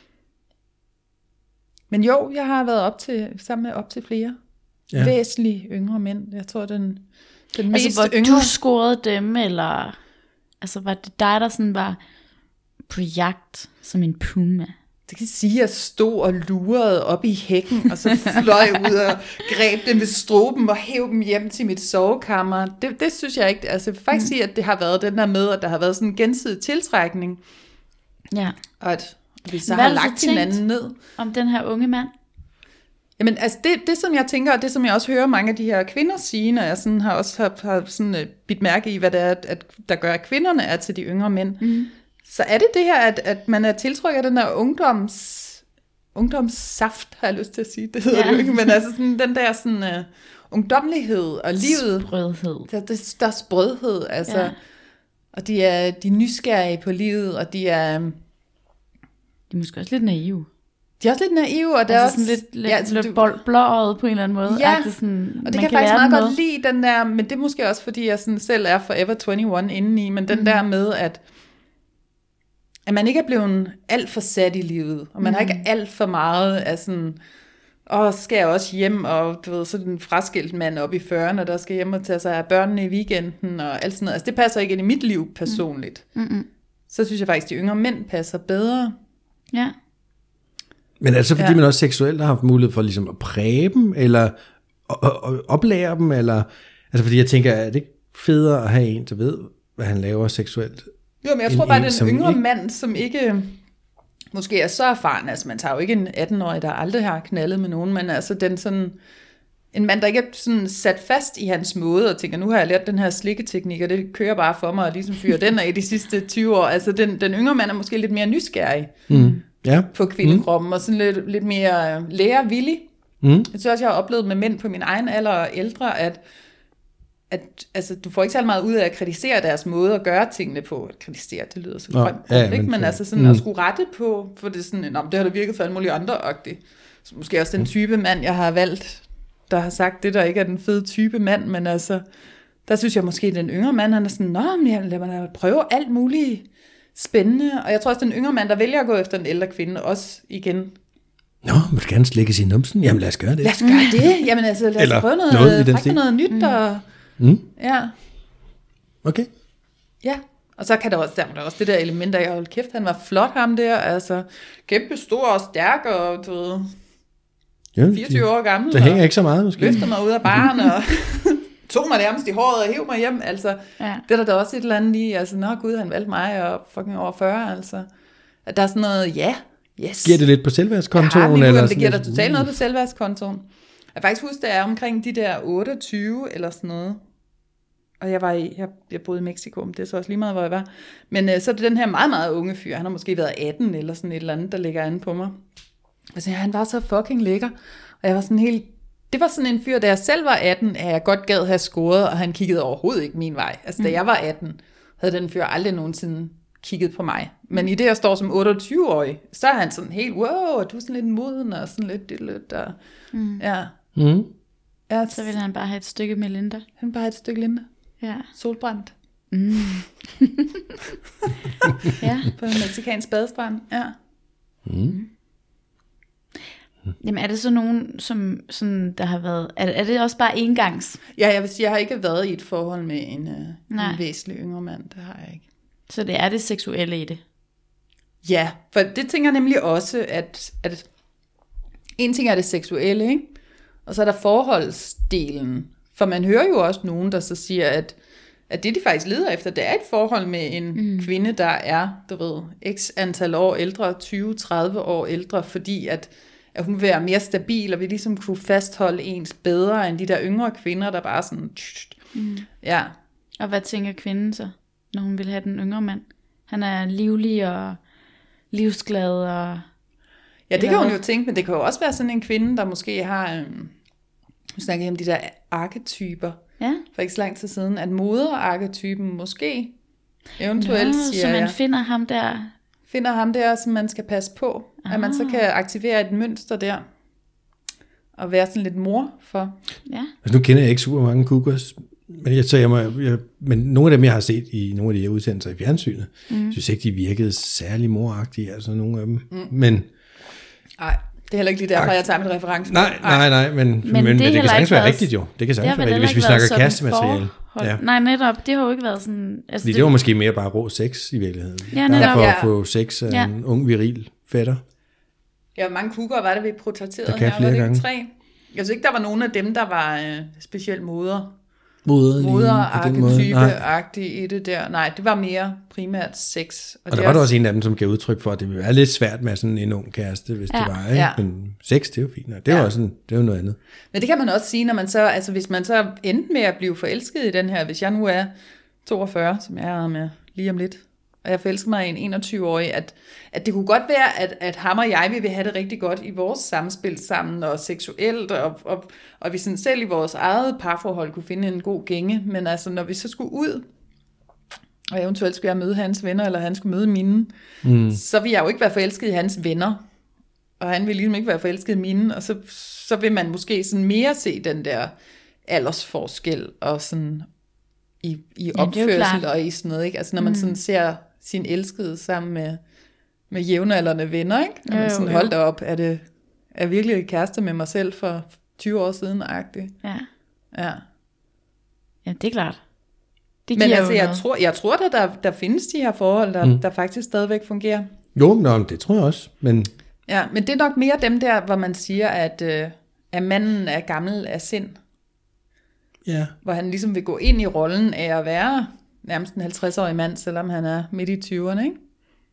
men jo, jeg har været op til, sammen med op til flere, ja. væsentligt yngre mænd, jeg tror den, den mest altså, hvor yngre. Du scorede dem, eller, altså var det dig, der sådan var på jagt som en puma? Det kan sige, at jeg stod og lurede op i hækken, og så fløj ud og greb dem ved stroben og hæv dem hjem til mit sovekammer. Det, det synes jeg ikke. Altså, jeg vil faktisk mm. sige, at det har været den der med, at der har været sådan en gensidig tiltrækning. Ja. Og at vi så Hvad har lagt hinanden ned. Om den her unge mand? Jamen, altså det, det som jeg tænker, og det som jeg også hører mange af de her kvinder sige, når jeg sådan har også har, har sådan, uh, bidt mærke i, hvad det er, at, der gør, at kvinderne er til de yngre mænd, mm. så er det det her, at, at man er tiltrykket af den der ungdoms, ungdomssaft, har jeg lyst til at sige, det hedder ja. det jo ikke, men altså sådan, den der sådan, uh, ungdommelighed og livet. Sprødhed. Der, der, der er sprødhed, altså. Ja. Og de er, de er nysgerrige på livet, og de er... De er måske også lidt naive. De er også lidt naive, og der altså er også... lidt, lidt, ja, altså, lidt du... blåøjet på en eller anden måde. Ja, det sådan, og det kan jeg faktisk meget godt lide, den der, men det er måske også, fordi jeg sådan selv er forever enogtyve indeni, men den mm. der med, at at man ikke er blevet alt for sat i livet, og man mm. har ikke alt for meget af sådan, åh, skal jeg også hjem, og du ved, sådan en fraskilt mand op i fyrrerne, der skal hjem og tage sig af børnene i weekenden, og alt sådan noget. Altså det passer ikke ind i mit liv personligt. Mm. Mm-mm. Så synes jeg faktisk, de yngre mænd passer bedre. Ja. Men altså fordi ja. man også seksuelt har haft mulighed for ligesom at præge dem, eller oplære dem, eller, altså fordi jeg tænker, er det ikke federe at have en, der ved, hvad han laver seksuelt? Jo, men jeg tror bare, at den yngre ikke... mand, som ikke måske er så erfaren, altså man tager jo ikke en atten-årig, der aldrig har knaldet med nogen, men altså den sådan, en mand, der ikke er sådan sat fast i hans måde, og tænker, nu har jeg lært den her slikketeknik, og det kører bare for mig, og ligesom fyrer den af de sidste tyve år. Altså den, den yngre mand er måske lidt mere nysgerrig mm. ja. på kvindekroppen, mm. og sådan lidt, lidt mere lærevillig. Mm. Jeg synes også, jeg har oplevet med mænd på min egen alder og ældre, at at altså, du får ikke så meget ud af at kritisere deres måde at gøre tingene på. At kritisere, det lyder så grønt, ja, ja, ikke? Men, men altså sådan mm. at skulle rette på, for det er sådan, nå, det har da virket for alle mulige andre-agtigt. Så måske også den type mand, jeg har valgt, der har sagt det, der ikke er den fede type mand, men altså, der synes jeg måske, at den yngre mand, han er sådan, nå, men jeg lader mig prøve alt muligt spændende. Og jeg tror også, den yngre mand, der vælger at gå efter en ældre kvinde, også igen. Nå, vil du gerne slikke sin numsen? Jamen lad os gøre det. Lad os gøre det. Jamen altså, lad os Eller prøve noget, noget i den noget, noget nyt. Mm. Og, Mm. ja. Okay. Ja, og så kan der også, der var der også det der element af, hold kæft, han var flot ham der, altså kæmpe stor og stærk, og du ved, Ja, fireogtyve år gammel. Det hænger ikke så meget måske. Løfter mig ud af baren, og tog mig nærmest i håret og hæv mig hjem, altså. Ja. Det er der da også et eller andet i, altså, nå gud, han valgte mig, og fucking over fyrre, altså. At der er sådan noget, ja, yes. Giver det lidt på selvværdskontoen? Ja, lige eller det sådan giver lidt? der totalt noget på selvværdskontoen. Jeg faktisk husker, det er omkring de der otteogtyve eller sådan noget. Og jeg var i, jeg, jeg boede i Mexico, men det er så også lige meget, hvor jeg var. Men øh, så er det den her meget, meget unge fyr. Han har måske været atten eller sådan et eller andet, der ligger an på mig. Altså, han var så fucking lækker. Og jeg var sådan helt... Det var sådan en fyr, da jeg selv var atten, at jeg godt gad have scoret, og han kiggede overhovedet ikke min vej. Altså, da jeg var atten, havde den fyr aldrig nogensinde kigget på mig. Men i det, jeg står som otteogtyve-årig, så er han sådan helt, wow, du er sådan lidt moden, og sådan lidt, lidt, lidt og, mm. ja. Mm. ja. Så vil han bare have et stykke med Linda. Han bare have et stykke Linda. Ja. Solbrændt. Mm. Ja. På en mexikansk badestrand, ja. Mm. Jamen er det så nogen, som sådan, der har været, er, er det også bare engangs? Ja, jeg vil sige, jeg har ikke været i et forhold med en, uh, Nej. en væsentlig yngre mand, det har jeg ikke. Så det er det seksuelle i det? Ja, for det tænker jeg nemlig også, at, at en ting er det seksuelle, ikke? Og så er der forholdsdelen. For man hører jo også nogen, der så siger, at, at det de faktisk leder efter, det er et forhold med en mm. kvinde, der er, du ved, x antal år ældre, tyve til tredive år ældre, fordi at, at hun vil være mere stabil, og vi ligesom kunne fastholde ens bedre end de der yngre kvinder, der bare sådan... Mm. Ja. Og hvad tænker kvinden så, når hun vil have den yngre mand? Han er livlig og livsglad og... Ja, det kan hun jo tænke, men det kan jo også være sådan en kvinde, der måske har... Um, nu snakker jeg om de der arketyper. Ja. For ikke så lang tid siden, at moderarketypen måske eventuelt Nå, siger, så man jeg, finder ham der... finder ham der, som man skal passe på. Ah. At man så kan aktivere et mønster der. Og være sådan lidt mor for. Ja. Altså nu kender jeg ikke super mange cougars, men, jeg, så jeg må, jeg, men nogle af dem, jeg har set i nogle af de her udsendelser i fjernsynet, mm. synes ikke, de virkede særlig moragtige, altså nogle af dem. Mm. Men... Nej, det er heller ikke lige derfor, jeg tager mit reference. Nej, nej, nej, men, men, men, men det, det kan sagtens være rigtigt jo. Det kan sagtens være rigtigt, hvis vi snakker kærestemateriale. Ja. Nej, netop, det har jo ikke været sådan... Altså det, det var måske mere bare rå sex i virkeligheden. Ja, netop. Bare for ja. at få sex af ja. en ung, viril fætter. Ja, mange cougar var det, vi portrætterede her, var det ikke tre? Jeg synes ikke, der var nogen af dem, der var øh, specielt moder. Moder-arketype-agtige i det der. Nej, det var mere primært sex. Og, og der var også... der også en af dem, som gav udtryk for, at det ville være lidt svært med sådan en ung kæreste, hvis ja. det var. Ikke? Ja. Men sex, det er jo fint. Det er ja. jo sådan, det er jo noget andet. Men det kan man også sige, når man så, altså hvis man så endte med at blive forelsket i den her, hvis jeg nu er toogfyrre, som jeg er med lige om lidt, og jeg forelsker mig i en enogtyve-årig, at, at det kunne godt være, at, at ham og jeg, vi vil have det rigtig godt i vores samspil sammen, og seksuelt, og, og, og vi sådan selv i vores eget parforhold kunne finde en god gænge, men altså når vi så skulle ud, og eventuelt skulle jeg møde hans venner, eller han skulle møde mine, mm. så vil jeg jo ikke være forelsket i hans venner, og han vil ligesom ikke være forelsket i mine, og så, så vil man måske sådan mere se den der aldersforskel, og sådan i, i opførsel ja, og i sådan noget, ikke? Altså når man mm. sådan ser sin elskede sammen med, med jævnaldrende venner, ikke? Når man sådan holdt op, er det er virkelig kæreste med mig selv for tyve år siden-agtigt. Ja. Ja. Ja, det er klart. Det Men altså, jeg tror, jeg tror da, der, der findes de her forhold, der, mm. der faktisk stadigvæk fungerer. Jo, nå, det tror jeg også. Men... Ja, men det er nok mere dem der, hvor man siger, at, øh, at manden er gammel af sind. Ja. Hvor han ligesom vil gå ind i rollen af at være nærmest en halvtreds-årig mand, selvom han er midt i tyverne, ikke?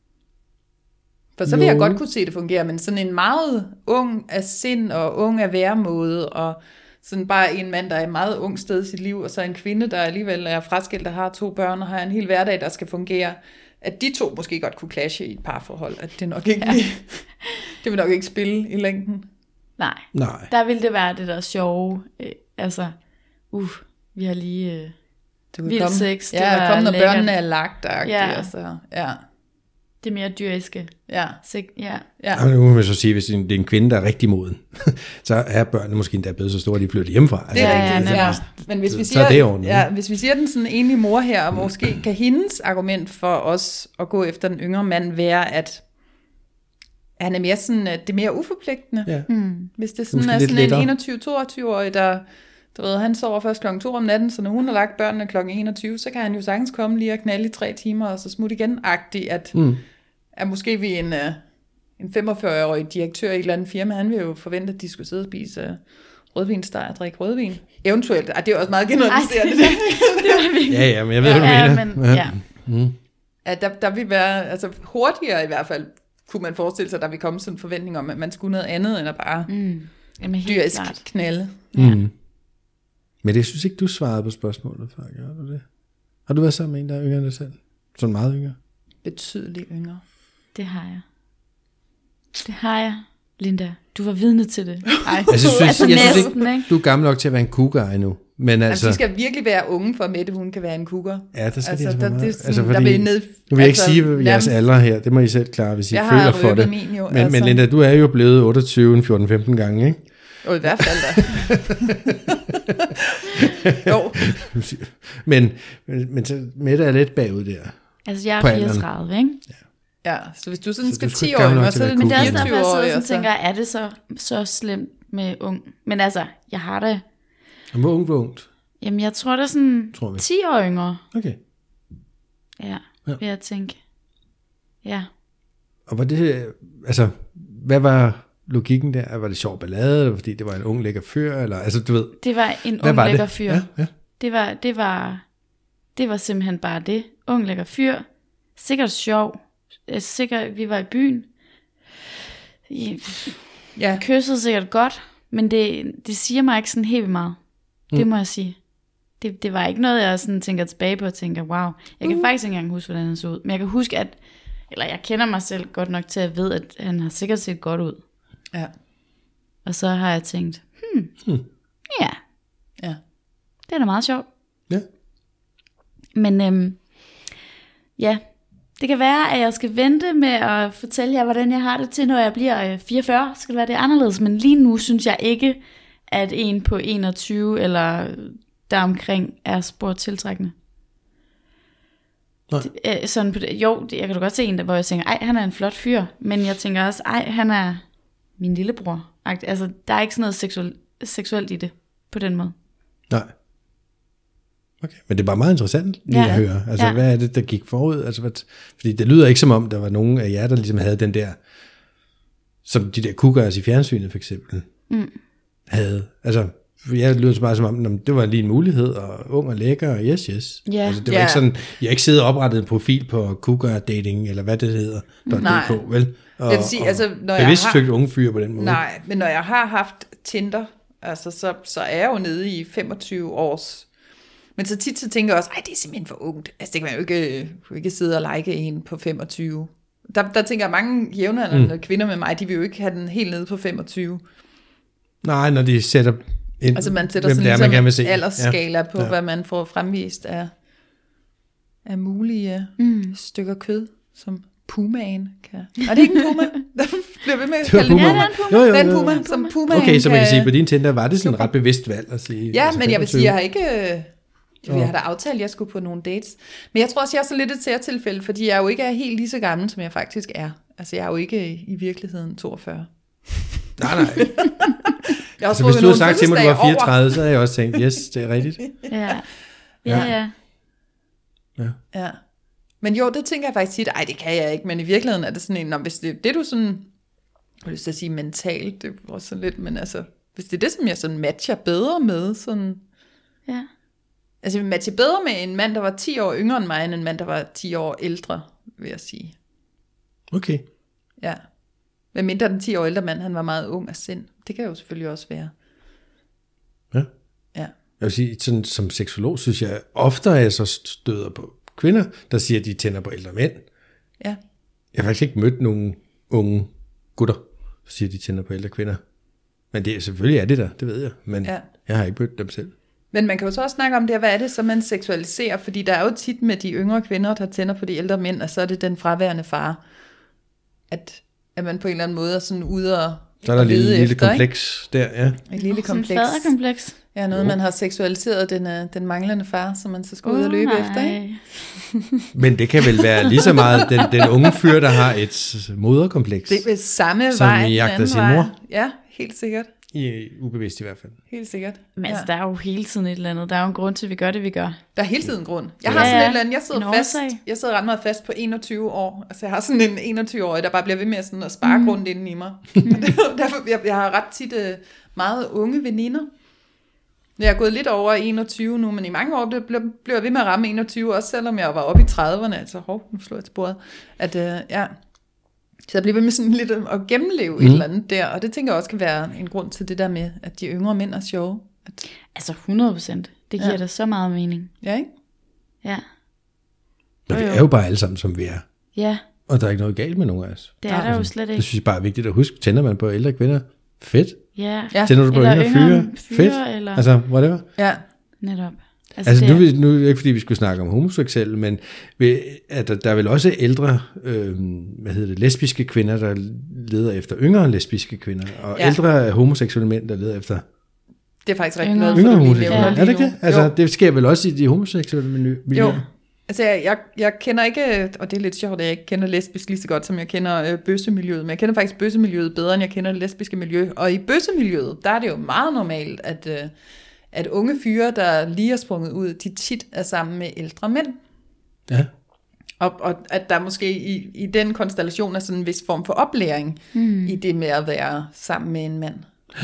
For så vil jo. jeg godt kunne se det fungere, men sådan en meget ung af sind og ung af væremåde, og sådan bare en mand, der er et meget ung sted i sit liv, og så en kvinde, der alligevel er fraskilt, der har to børn og har en hel hverdag, der skal fungere, at de to måske godt kunne clashe i et parforhold, at det nok ikke, ja. det vil nok ikke spille i længden. Nej. Nej. Der ville det være det der sjove, øh, altså, uh, vi har lige øh, vild sex. Ja, kom når børnene er lagt, ja. Altså, ja. Det mere dyriske. Ja. Sik- ja. Ja. Og nu må man så sige, hvis det er en kvinde, der er rigtig moden, så er børnene måske endda blevet så store, at de flytter hjemmefra. Det er Ja, ja, rigtigt, ja, ja. Men hvis vi så siger, er det ordentligt. ja, hvis vi siger den sådan enlige mor her, og måske kan hendes argument for os at gå efter den yngre mand være, at han er mere sådan, det er mere uforpligtende. Ja. Mm. Hvis det sådan Måske er lidt sådan en lettere. enogtyve toogtyve-årig, der, du ved, han sover først klokken to om natten, så når hun har lagt børnene klokken enogtyve, så kan han jo sagtens komme lige og knalde i tre timer, og så smutte igen-agtigt, at, Mm. at måske vi en, uh, en femogfyrre-årig direktør i et eller andet firma, han vil jo forvente, at de skulle sidde og spise uh, rødvinsteg og drikke rødvin. Eventuelt. Ej, det er også meget generaliserende. Ej, det, det var virkelig. Ja, ja, men jeg ved, hvad du Ja, mener. men, ja. Mm. At der, der vil være, altså hurtigere i hvert fald, kunne man forestille sig, at der vil komme sådan en forventning om, at man skulle noget andet, end at bare Mm. Jamen, helt dyrisk klart. knalde. Ja. Mm. Men det synes ikke, du svarede på spørgsmålet før, gør du det? Har du været sammen med en, der er yngre end dig selv? Sådan meget yngre? Betydeligt yngre. Det har jeg. Det har jeg, Linda. Du var vidne til det. Ej, Altså, jeg synes, Altså, jeg synes næsten, ikke, ikke? du er gammel nok til at være en cougar endnu. Men altså, altså, de skal virkelig være unge, for at Mette, hun kan være en cougar. ja, der skal Altså, de altså der, være det er meget. sådan, Altså, der fordi, vil ned, nu vil jeg ikke altså, sige jeres nærmest- alder her, det må I selv klare, hvis I Jeg føler har for røbet det. min jo, Men, altså. men Linda, du er jo blevet otteogtyve, fjorten femten gange, ikke? Jo, i hvert fald da. jo, Men, men, men så Mette er lidt bagud der. Altså, jeg På er alderen. fireogtredive, ikke? ja, så hvis du sådan Så skal du skulle ti ikke år gammel nok yngre, til så at er være det Men det er også fireogtyve derfor, jeg sidder år. sådan og Altså. tænker, er det så, så slemt med ung? Men altså, jeg har det. Og hvor ungt, hvor ungt? Jamen, jeg tror, det er sådan Tror vi. ti år yngre. Okay. Ja, Ja. vil jeg tænke. Ja. Og var det, altså, hvad var logikken der? Var det sjov ballade, eller fordi det var en ung lækker fyr, eller, altså, du ved, Det var en hvad ung var lækker det? fyr. Ja, ja. Det var, det var, det var simpelthen bare det. Ung lækker fyr. Sikkert sjov. Altså, sikkert, vi var i byen. I, Ja, kyssede sikkert godt, men det, det siger mig ikke sådan helt vildt meget. Mm. Det må jeg sige. Det, det var ikke noget, jeg sådan tænker tilbage på og tænker, wow. Jeg kan uh. faktisk ikke engang huske, hvordan han så ud. Men jeg kan huske, at, eller jeg kender mig selv godt nok til at vide, at han har sikkert set godt ud. ja, Og så har jeg tænkt, hmm, Hmm. ja, ja. det er da meget sjovt. Ja. Men øhm, ja, det kan være, at jeg skal vente med at fortælle jer, hvordan jeg har det til, når jeg bliver øh, fireogfyrre. Skal det være det anderledes. Men lige nu synes jeg ikke, at en på enogtyve eller deromkring er spor tiltrækkende. Nej. Det, øh, sådan på det, jo, det, jeg kan da godt se en, der, hvor jeg tænker, ej, han er en flot fyr. Men jeg tænker også, ej, han er min lillebror. Altså, der er ikke sådan noget seksuel, seksuelt i det, på den måde. Nej. Okay, men det er bare meget interessant lige Ja. at høre. Altså, Ja. hvad er det, der gik forud? Altså, hvad, fordi det lyder ikke som om, der var nogen af jer, der ligesom havde den der, som de der cougars i fjernsynet for eksempel, Mm. havde. Altså, for jeg lyder så bare som om, det var lige en mulighed, og ung og lækker, og yes, yes. Ja. Altså, det var Ja. ikke sådan, jeg har ikke siddet og oprettet en profil på cougar dating, eller hvad det hedder, Nej. .dk, vel? Og, Jeg vil sige, og altså, når jeg bevidst har- søgt unge fyre på den måde. Nej, men når jeg har haft Tinder, altså, så, så er jeg jo nede i femogtyve års. Men så tit så tænker jeg også, ej, det er simpelthen for ungt. Altså, det kan man jo ikke, jo ikke sidde og like en på femogtyve. Der, der tænker jeg, mange jævnaldrende mm. kvinder med mig, de vil jo ikke have den helt nede på femogtyve. Nej, når de sætter ind, Altså man sætter hvem sådan det er, man gerne vil ligesom se. en aldersskala Ja. på, Ja. hvad man får fremvist af, af mulige Mm. stykker kød, som pumaen kan. Er det ikke en puma? Der bliver ved med at Det var kalde puma. det. Ja, det er en puma. Jo, jo, Det er en jo, jo. puma, som pumaen Okay, så man kan sige, kan- på din Tinder var det sådan et ret bevidst valg at sige. Ja, altså men jeg vil femogtyve. sige, jeg har ikke... øh, Jeg Nå. har da aftalt, at jeg skulle på nogle dates. Men jeg tror også, jeg er så lidt et særtilfælde, fordi jeg jo ikke er helt lige så gammel, som jeg faktisk er. Altså, jeg er jo ikke i virkeligheden toogfyrre. Nej, nej. Jeg har Altså, også hvis fået du havde nogle sagt til mig, at du var fødselsdage over. fireogtredive, så havde jeg også tænkt, yes, det er rigtigt. Ja, ja, ja. Ja. Men jo, det tænker jeg faktisk tit, ej, det kan jeg ikke, men i virkeligheden er det sådan en, når, hvis det, det du sådan, jeg har lyst til at sige mentalt, det var sådan lidt, men altså, hvis det er det, som jeg sådan matcher bedre med, sådan, ja. altså jeg matcher bedre med en mand, der var ti år yngre end mig, end en mand, der var ti år ældre, vil jeg sige. Okay. Ja. Men mindre den ti år ældre mand, han var meget ung af sind. Det kan jo selvfølgelig også være. Ja. Ja. Jeg vil sige, sådan, som seksolog, synes jeg, oftere jeg så støder på kvinder, der siger, at de tænder på ældre mænd. Ja. Jeg har faktisk ikke mødt nogen unge gutter, der siger, at de tænder på ældre kvinder. Men det, selvfølgelig er det der, det ved jeg. Men Ja. jeg har ikke mødt dem selv. Men man kan jo så også snakke om det, hvad er det, som man seksualiserer, fordi der er jo tit med de yngre kvinder, der tænder på de ældre mænd, og så er det den fraværende far. at, at man på en eller anden måde er sådan ude og så er der et lille, lille efter, kompleks ikke? Der, ja. Et lille Sådan kompleks. et faderkompleks. Ja, noget, Jo. man har seksualiseret den, uh, den manglende far, som man så skal Uh, ud og løbe nej. efter, ikke? Men det kan vel være lige så meget den, den unge fyr, der har et moderkompleks. Det er samme Som vej, den jagter anden sin vej. mor. Ja, helt sikkert. I, ubevidst i hvert fald. Helt sikkert. Men Ja. altså, der er jo hele tiden et eller andet. Der er jo en grund til, at vi gør det, vi gør. Der er hele tiden grund. Jeg Ja, har sådan ja. et eller andet, jeg sidder En fast, årsag. jeg sidder ret meget fast på enogtyve år. Altså jeg har sådan en enogtyve-årig, der bare bliver ved med sådan at sparke mm. rundt inden i mig. Derfor, jeg, jeg har ret tit uh, meget unge veninder. Jeg er gået lidt over enogtyve nu, men i mange år det blev, blev jeg ved med at ramme enogtyve, også selvom jeg var oppe i trediverne. Altså, hov, nu slår jeg til bordet. At, uh, ja. Så jeg bliver ved med sådan lidt at gennemleve mm. et eller andet der, og det tænker jeg også kan være en grund til det der med, at de yngre mænd er sjove. At, Altså hundrede procent. Det giver Ja. da så meget mening. ja, ikke? Ja. Men vi Jo, jo. er jo bare alle sammen, som vi er. Ja, Og der er ikke noget galt med nogen af os. det er Nej. der jo slet Det ikke. synes jeg bare er vigtigt at huske. Tænder man på ældre kvinder? Fedt. Ja, Ja. Tænder du på Eller yngre yngre fyre? fyre, Fedt. eller- Altså, whatever. Ja. netop. Altså, det nu, er- vil- nu er det ikke, fordi vi skulle snakke om homoseksuelle, men ved- at der, der er vel også ældre, øh, hvad hedder det, lesbiske kvinder, der leder efter yngre lesbiske kvinder, og Ja. ja. ældre homoseksuelle mænd, der leder efter Det er faktisk rigtig Yngre. glad for, yngre at du lige homoseksuelle. nævner Ja. lige Er det ikke nu. det? Altså, Jo. det sker vel også i de homoseksuelle miljøer? Jo, altså jeg, jeg, jeg kender ikke, og det er lidt sjovt, at jeg ikke kender lesbisk lige så godt, som jeg kender øh, bøssemiljøet, men jeg kender faktisk bøssemiljøet bedre, end jeg kender det lesbiske miljø. Og i bøssemiljøet, der er det jo meget normalt, at, øh, at unge fyre, der lige er sprunget ud, de tit er sammen med ældre mænd. Ja. Og, og at der måske i, i den konstellation er sådan en vis form for oplæring mm. i det med at være sammen med en mand.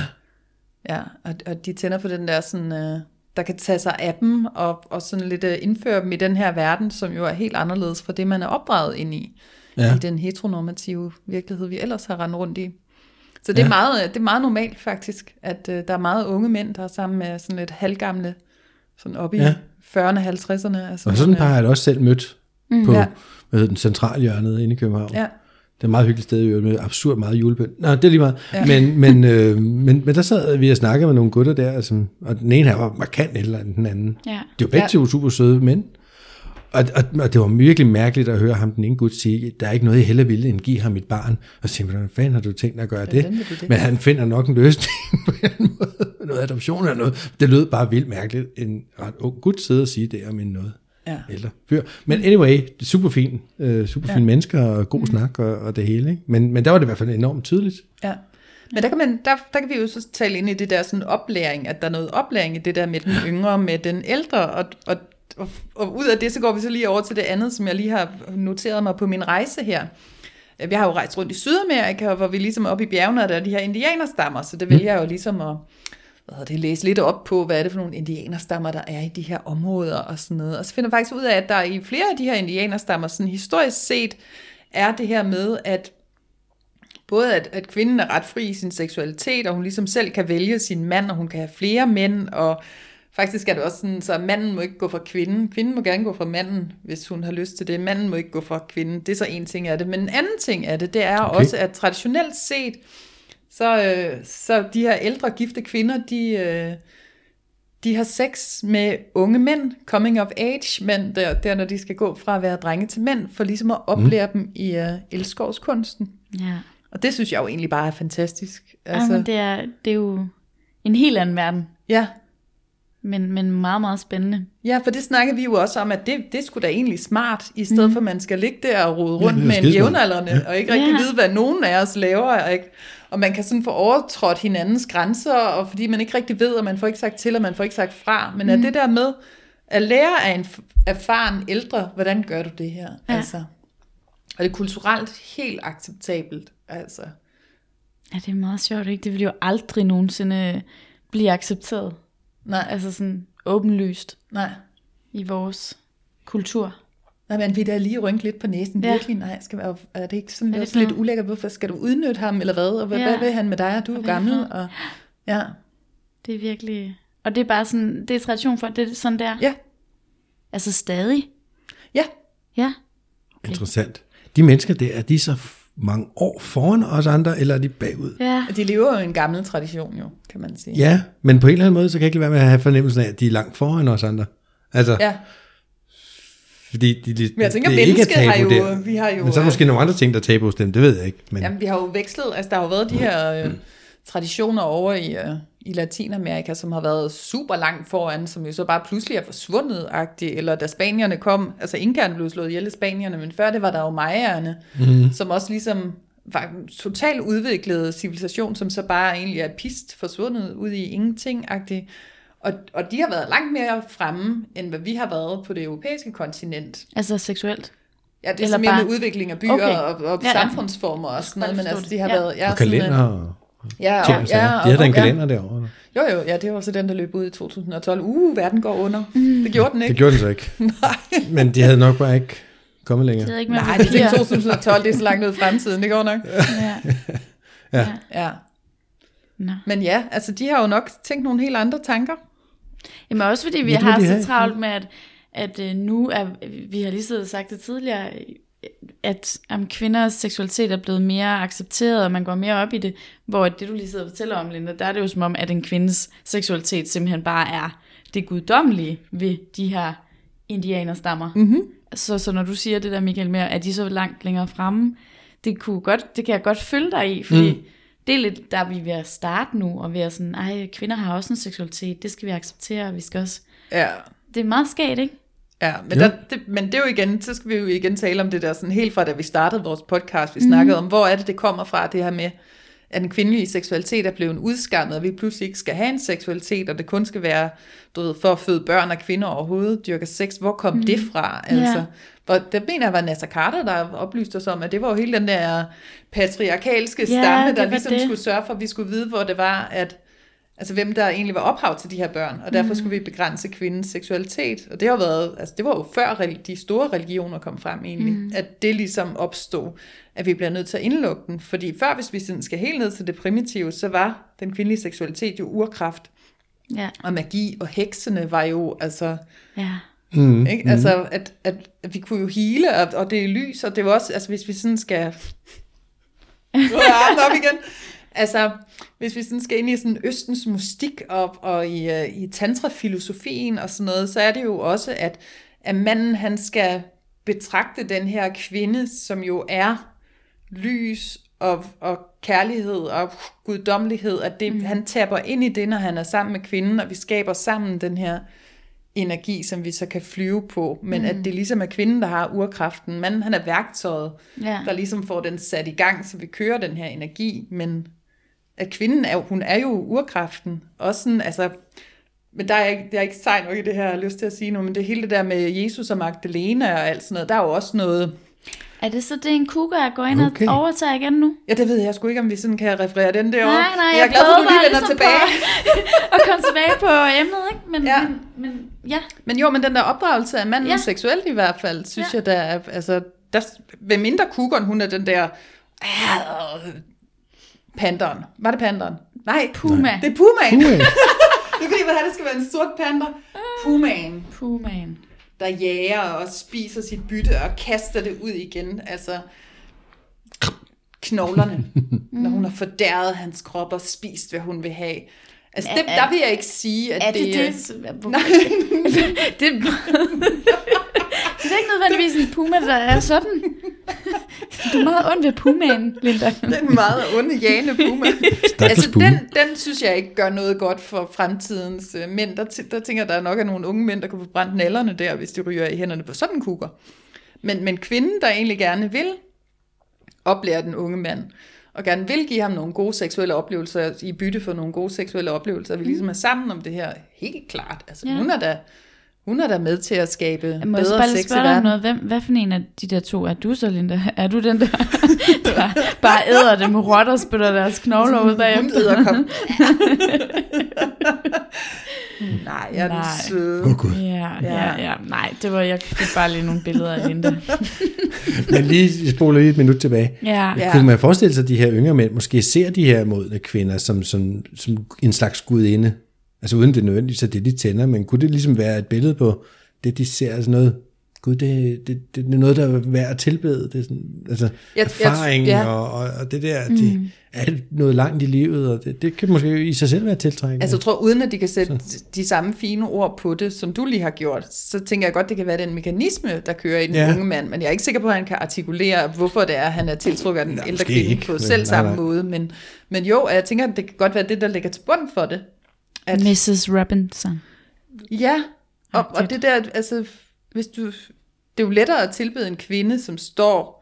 Ja, og, og de tænder på den der sådan, øh, der kan tage sig af dem, og, og sådan lidt øh, indføre dem i den her verden, som jo er helt anderledes fra det, man er opdraget ind i, Ja. i den heteronormative virkelighed, vi ellers har rendt rundt i. Så det, ja. Ja. er, meget, det er meget normalt faktisk, at øh, der er meget unge mænd, der er sammen med sådan lidt halvgamle, sådan oppe i Ja. fyrrerne, halvtredserne. Altså Og sådan et par har jeg da også selv mødt på Ja. hvad hedder den, centralhjørnet inde i København. Ja. Det er et meget hyggeligt sted i øvrigt, med absurd meget julepynt. Nå, det er lige meget. Ja. Ja. Men, men, øh, men, men der sad vi og snakkede med nogle gutter der, som, og den ene her var markant ældre end den anden. Ja. Det var begge Ja. to super søde mænd. Og, og, og det var virkelig mærkeligt at høre ham, den ene gut, sige, der er ikke noget, jeg hellere ville, end give ham mit barn. Og så tænkte jeg, hvordan fanden har du tænkt dig at gøre det? Hvordan vil du det? Men han finder nok en løsning på en eller anden måde. Noget adoption eller noget. Det lød bare vildt mærkeligt. En ret ung gut sidde og sige det om en noget Ja. ældre fyr. Men anyway, det er super fint. Uh, super fine Ja. mennesker og god mm. snak og, og det hele. Ikke? Men, men der var det i hvert fald enormt tydeligt. Ja. Men der kan, man, der, der kan vi jo så tale ind i det der sådan oplæring, at der er noget oplæring i det der med den yngre, med den ældre, og, og, og, og ud af det, så går vi så lige over til det andet, som jeg lige har noteret mig på min rejse her. Vi har jo rejst rundt i Sydamerika, hvor vi ligesom er oppe i bjergene, og der er de her indianerstammer, så det vælger jeg jo ligesom at hvad hedder det, læse lidt op på, hvad er det for nogle indianerstammer, der er i de her områder og sådan noget. Og så finder jeg faktisk ud af, at der i flere af de her indianerstammer, sådan historisk set, er det her med, at både at, at kvinden er ret fri i sin seksualitet, og hun ligesom selv kan vælge sin mand, og hun kan have flere mænd, og faktisk er det også sådan, så manden må ikke gå fra kvinden. Kvinden må gerne gå fra manden, hvis hun har lyst til det. Manden må ikke gå fra kvinden. Det er så en ting af det. Men en anden ting af det, det er okay. også, at traditionelt set, så, øh, så de her ældre gifte kvinder, de, øh, de har sex med unge mænd, coming of age mænd, der, der når de skal gå fra at være drenge til mænd, for ligesom at oplære mm. dem i øh, elskovskunsten. Ja. Og det synes jeg jo egentlig bare er fantastisk. Altså, Jamen, det, er, det er jo en helt anden verden, ja, men, men meget, meget spændende. ja, for det snakker vi jo også om, at det, det skulle da egentlig smart, i stedet mm. for at man skal ligge der og rode rundt Ja, det er med en skidesmart. jævnaldrende, ja. og ikke rigtig Ja. vide, hvad nogen af os laver, og, ikke, og man kan sådan få overtrådt hinandens grænser, og fordi man ikke rigtig ved, og man får ikke sagt til, og man får ikke sagt fra, men mm. er det der med at lære af en erfaren ældre, hvordan gør du det her? Ja. Altså, og det er kulturelt helt acceptabelt, altså. Ja, det er meget sjovt, ikke? Det vil jo aldrig nogensinde blive accepteret. Nej, Altså sådan åbenlyst nej. i vores kultur. Nej, men vi da lige rynke lidt på næsen. Ja. Virkelig, nej, skal være, er det ikke sådan, Er det det også lidt sådan? ulækkert? Hvorfor skal du udnytte ham, eller hvad? Og hvad, Ja. hvad vil han med dig? Du er jo Og hvad gammel. han? Og, ja. Det er virkelig... Og det er bare sådan, det er tradition for, det er sådan der. Ja. Altså stadig. Ja. Ja. Interessant. De mennesker der, er de så f- mange år foran os andre, eller er de bagud? Ja. Og de lever jo en gammel tradition, jo, kan man sige. Ja, men på en eller anden måde, så kan jeg ikke lade være med at have fornemmelsen af, at de er langt foran os andre. Altså, Ja. Fordi de, de, Men jeg tænker, det ikke er mennesket har tabu jo, der. vi har jo... Men så er der måske nogle andre ting, der er tabu hos dem, det ved jeg ikke. Men... Jamen, vi har jo vekslet, altså der har jo været de her øh, traditioner over i, øh, i Latinamerika, som har været super langt foran, som jo så bare pludselig er forsvundet-agtigt, eller da spanierne kom, altså inkaerne blev slået ihjel af spanierne, men før det var der jo mayaerne, mm. som også ligesom var en totalt udviklet civilisation, som så bare egentlig er pist forsvundet ud i ingenting-agtigt. Og, og de har været langt mere fremme, end hvad vi har været på det europæiske kontinent. Altså seksuelt? Ja, det er så mere bare... med udvikling af byer okay. og, og ja, samfundsformer og sådan noget, men altså de har ja. været... Ja, og kalender og... Ja, og, ja, ja, de havde da en kalender ja. derovre. Jo, jo, ja, det var så den, der løb ud i to tusind og tolv. Uh, verden går under. Mm. Det gjorde den ikke. Det gjorde den så ikke. Nej. Men de havde nok bare ikke kommet længere. Det ikke Nej, det er to tusind og tolv, det er så langt ud i fremtiden, det går nok. Ja. ja. ja. Nå. Men ja, altså de har jo nok tænkt nogle helt andre tanker. Jamen også fordi vi ja, har så have. travlt med, at, at uh, nu er, vi har lige så sagt det tidligere, at um, kvinders seksualitet er blevet mere accepteret, og man går mere op i det, hvor det du lige sidder og fortæller om, Linda, der er det jo som om, at en kvindes seksualitet simpelthen bare er det guddommelige ved de her indianerstammer. Mm-hmm. Så, så når du siger det der, Michael, med, at de er så langt længere fremme, det, kunne godt, det kan jeg godt følge dig i, fordi mm. det er lidt, der vi er ved at starte nu, og vi er sådan, ej, kvinder har også en seksualitet, det skal vi acceptere, og vi skal også... Ja. Det er meget skægt, ikke? Ja, men, der, det, men det er jo igen, så skal vi jo igen tale om det der, sådan helt fra da vi startede vores podcast, vi mm. snakkede om, hvor er det, det kommer fra, det her med, at den kvindelige seksualitet er blevet udskammet, og vi pludselig ikke skal have en seksualitet, og det kun skal være, du ved, for at føde børn og kvinder overhovedet dyrker sex. Hvor kom mm. det fra? Altså, yeah. hvor, det mener jeg var Nasser Carter, der oplyste os om, at det var jo hele den der patriarkalske yeah, stamme, der ligesom det. skulle sørge for, at vi skulle vide, hvor det var, at altså hvem der egentlig var ophav til de her børn, og derfor skulle vi begrænse kvindens seksualitet. Og det har været, altså det var jo før de store religioner kom frem egentlig, mm. at det ligesom opstod, at vi bliver nødt til at indlukke den. Fordi før, hvis vi sådan skal helt ned til det primitive, så var den kvindelige seksualitet jo urkraft. Ja. Og magi og heksene var jo, altså... Ja. Mm. Ikke? Altså, at, at, at vi kunne jo hele, og, og det er lys, og det var også, altså hvis vi sådan skal... Nu er op igen. Altså, hvis vi sådan skal ind i sådan østens mystik og, og i, uh, i tantra-filosofien og sådan noget, så er det jo også, at, at manden han skal betragte den her kvinde, som jo er lys og, og kærlighed og guddommelighed, at det, mm. han tapper ind i det, når han er sammen med kvinden, og vi skaber sammen den her energi, som vi så kan flyve på, men mm. at det ligesom er kvinden, der har urkraften. Manden, han er værktøjet, ja. der ligesom får den sat i gang, så vi kører den her energi, men at kvinden er, hun er jo urkraften, også sådan, altså, men der er ikke, der er ikke sej nok i det her, jeg har lyst til at sige nu, men det hele det der med Jesus og Magdalena og alt sådan noget, der er jo også noget. Er det så det en cougar, jeg går ind okay. og overtager igen nu? Ja, det ved jeg sgu ikke, om vi sådan kan referere den derovre. Nej, nej, jeg er glad for, at du lige vender tilbage. Og komme tilbage på emnet, ikke? Men ja. Men, men, ja. Men jo, men den der opdragelse af manden, ja. seksuelt i hvert fald, synes ja. jeg, der er, altså, der, ved mindre cougar, hun er den der, øh, panderen. Var det panderen? Nej, Puma. Nej. Det er pumaen. Puma. Det er fordi, hvad det skal være en sort pander. Pumaen. Pumaen. Der jager og spiser sit bytte og kaster det ud igen. Altså knoglerne, mm. når hun har fordæret hans krop og spist, hvad hun vil have. Altså det, der vil jeg ikke sige, at er det... det, det, nej. det, det det er ikke nødvendigvis en puma, der er sådan. Du er meget ond ved pumaen, Linda. Den meget onde jane puma. Altså den, den synes jeg ikke gør noget godt for fremtidens uh, mænd. Der, t- der tænker jeg, der er nok af nogle unge mænd, der kunne få brændt nælderne der, hvis de ryger i hænderne på sådan en kukker. Men, men kvinden, der egentlig gerne vil oplære den unge mand, og gerne vil give ham nogle gode seksuelle oplevelser, i bytte for nogle gode seksuelle oplevelser, vi ligesom er sammen om det her, helt klart. Altså ja. hun er da... Hun er der med til at skabe bedre sex i verden. Må jeg bare spørge dig noget? Hvem, hvad for en af de der to er du så, Linda? Er du den der, der bare æder dem råt og spytter deres knogler ud bagefter? Hun æder kom. Nej, jeg er den søde. Oh, ja, ja, ja. Nej, det var, jeg fik bare lige nogle billeder af Linda. Men lige spoler lige et minut tilbage. Ja. Ja. Kunne man forestille sig, at de her yngre mænd måske ser de her modne kvinder som, som, som en slags gudinde? Altså uden det nødvendigvis, så det de tænder, men kunne det ligesom være et billede på det, de ser, altså noget gud, det, det, det er noget, der er værd at tilbede. Det er sådan, altså Jeg- erfaring jeg- ja. og, og, og det der, det mm. er noget langt i livet, og det, det kan måske i sig selv være tiltrækkende. Altså jeg tror, uden at de kan sætte så. de samme fine ord på det, som du lige har gjort, så tænker jeg godt, det kan være den mekanisme, der kører i den Ja. unge mand, men jeg er ikke sikker på, at han kan artikulere, hvorfor det er, han er tiltrukket af den Nej, ældre måske kvinde ikke, på men selv nej, samme nej. måde, men, men jo, og jeg tænker, at det kan godt være det, der ligger til bund for det. At, missus Robinson. ja, og, og Agtigt. det der, altså, hvis du, det er jo lettere at tilbede en kvinde, som står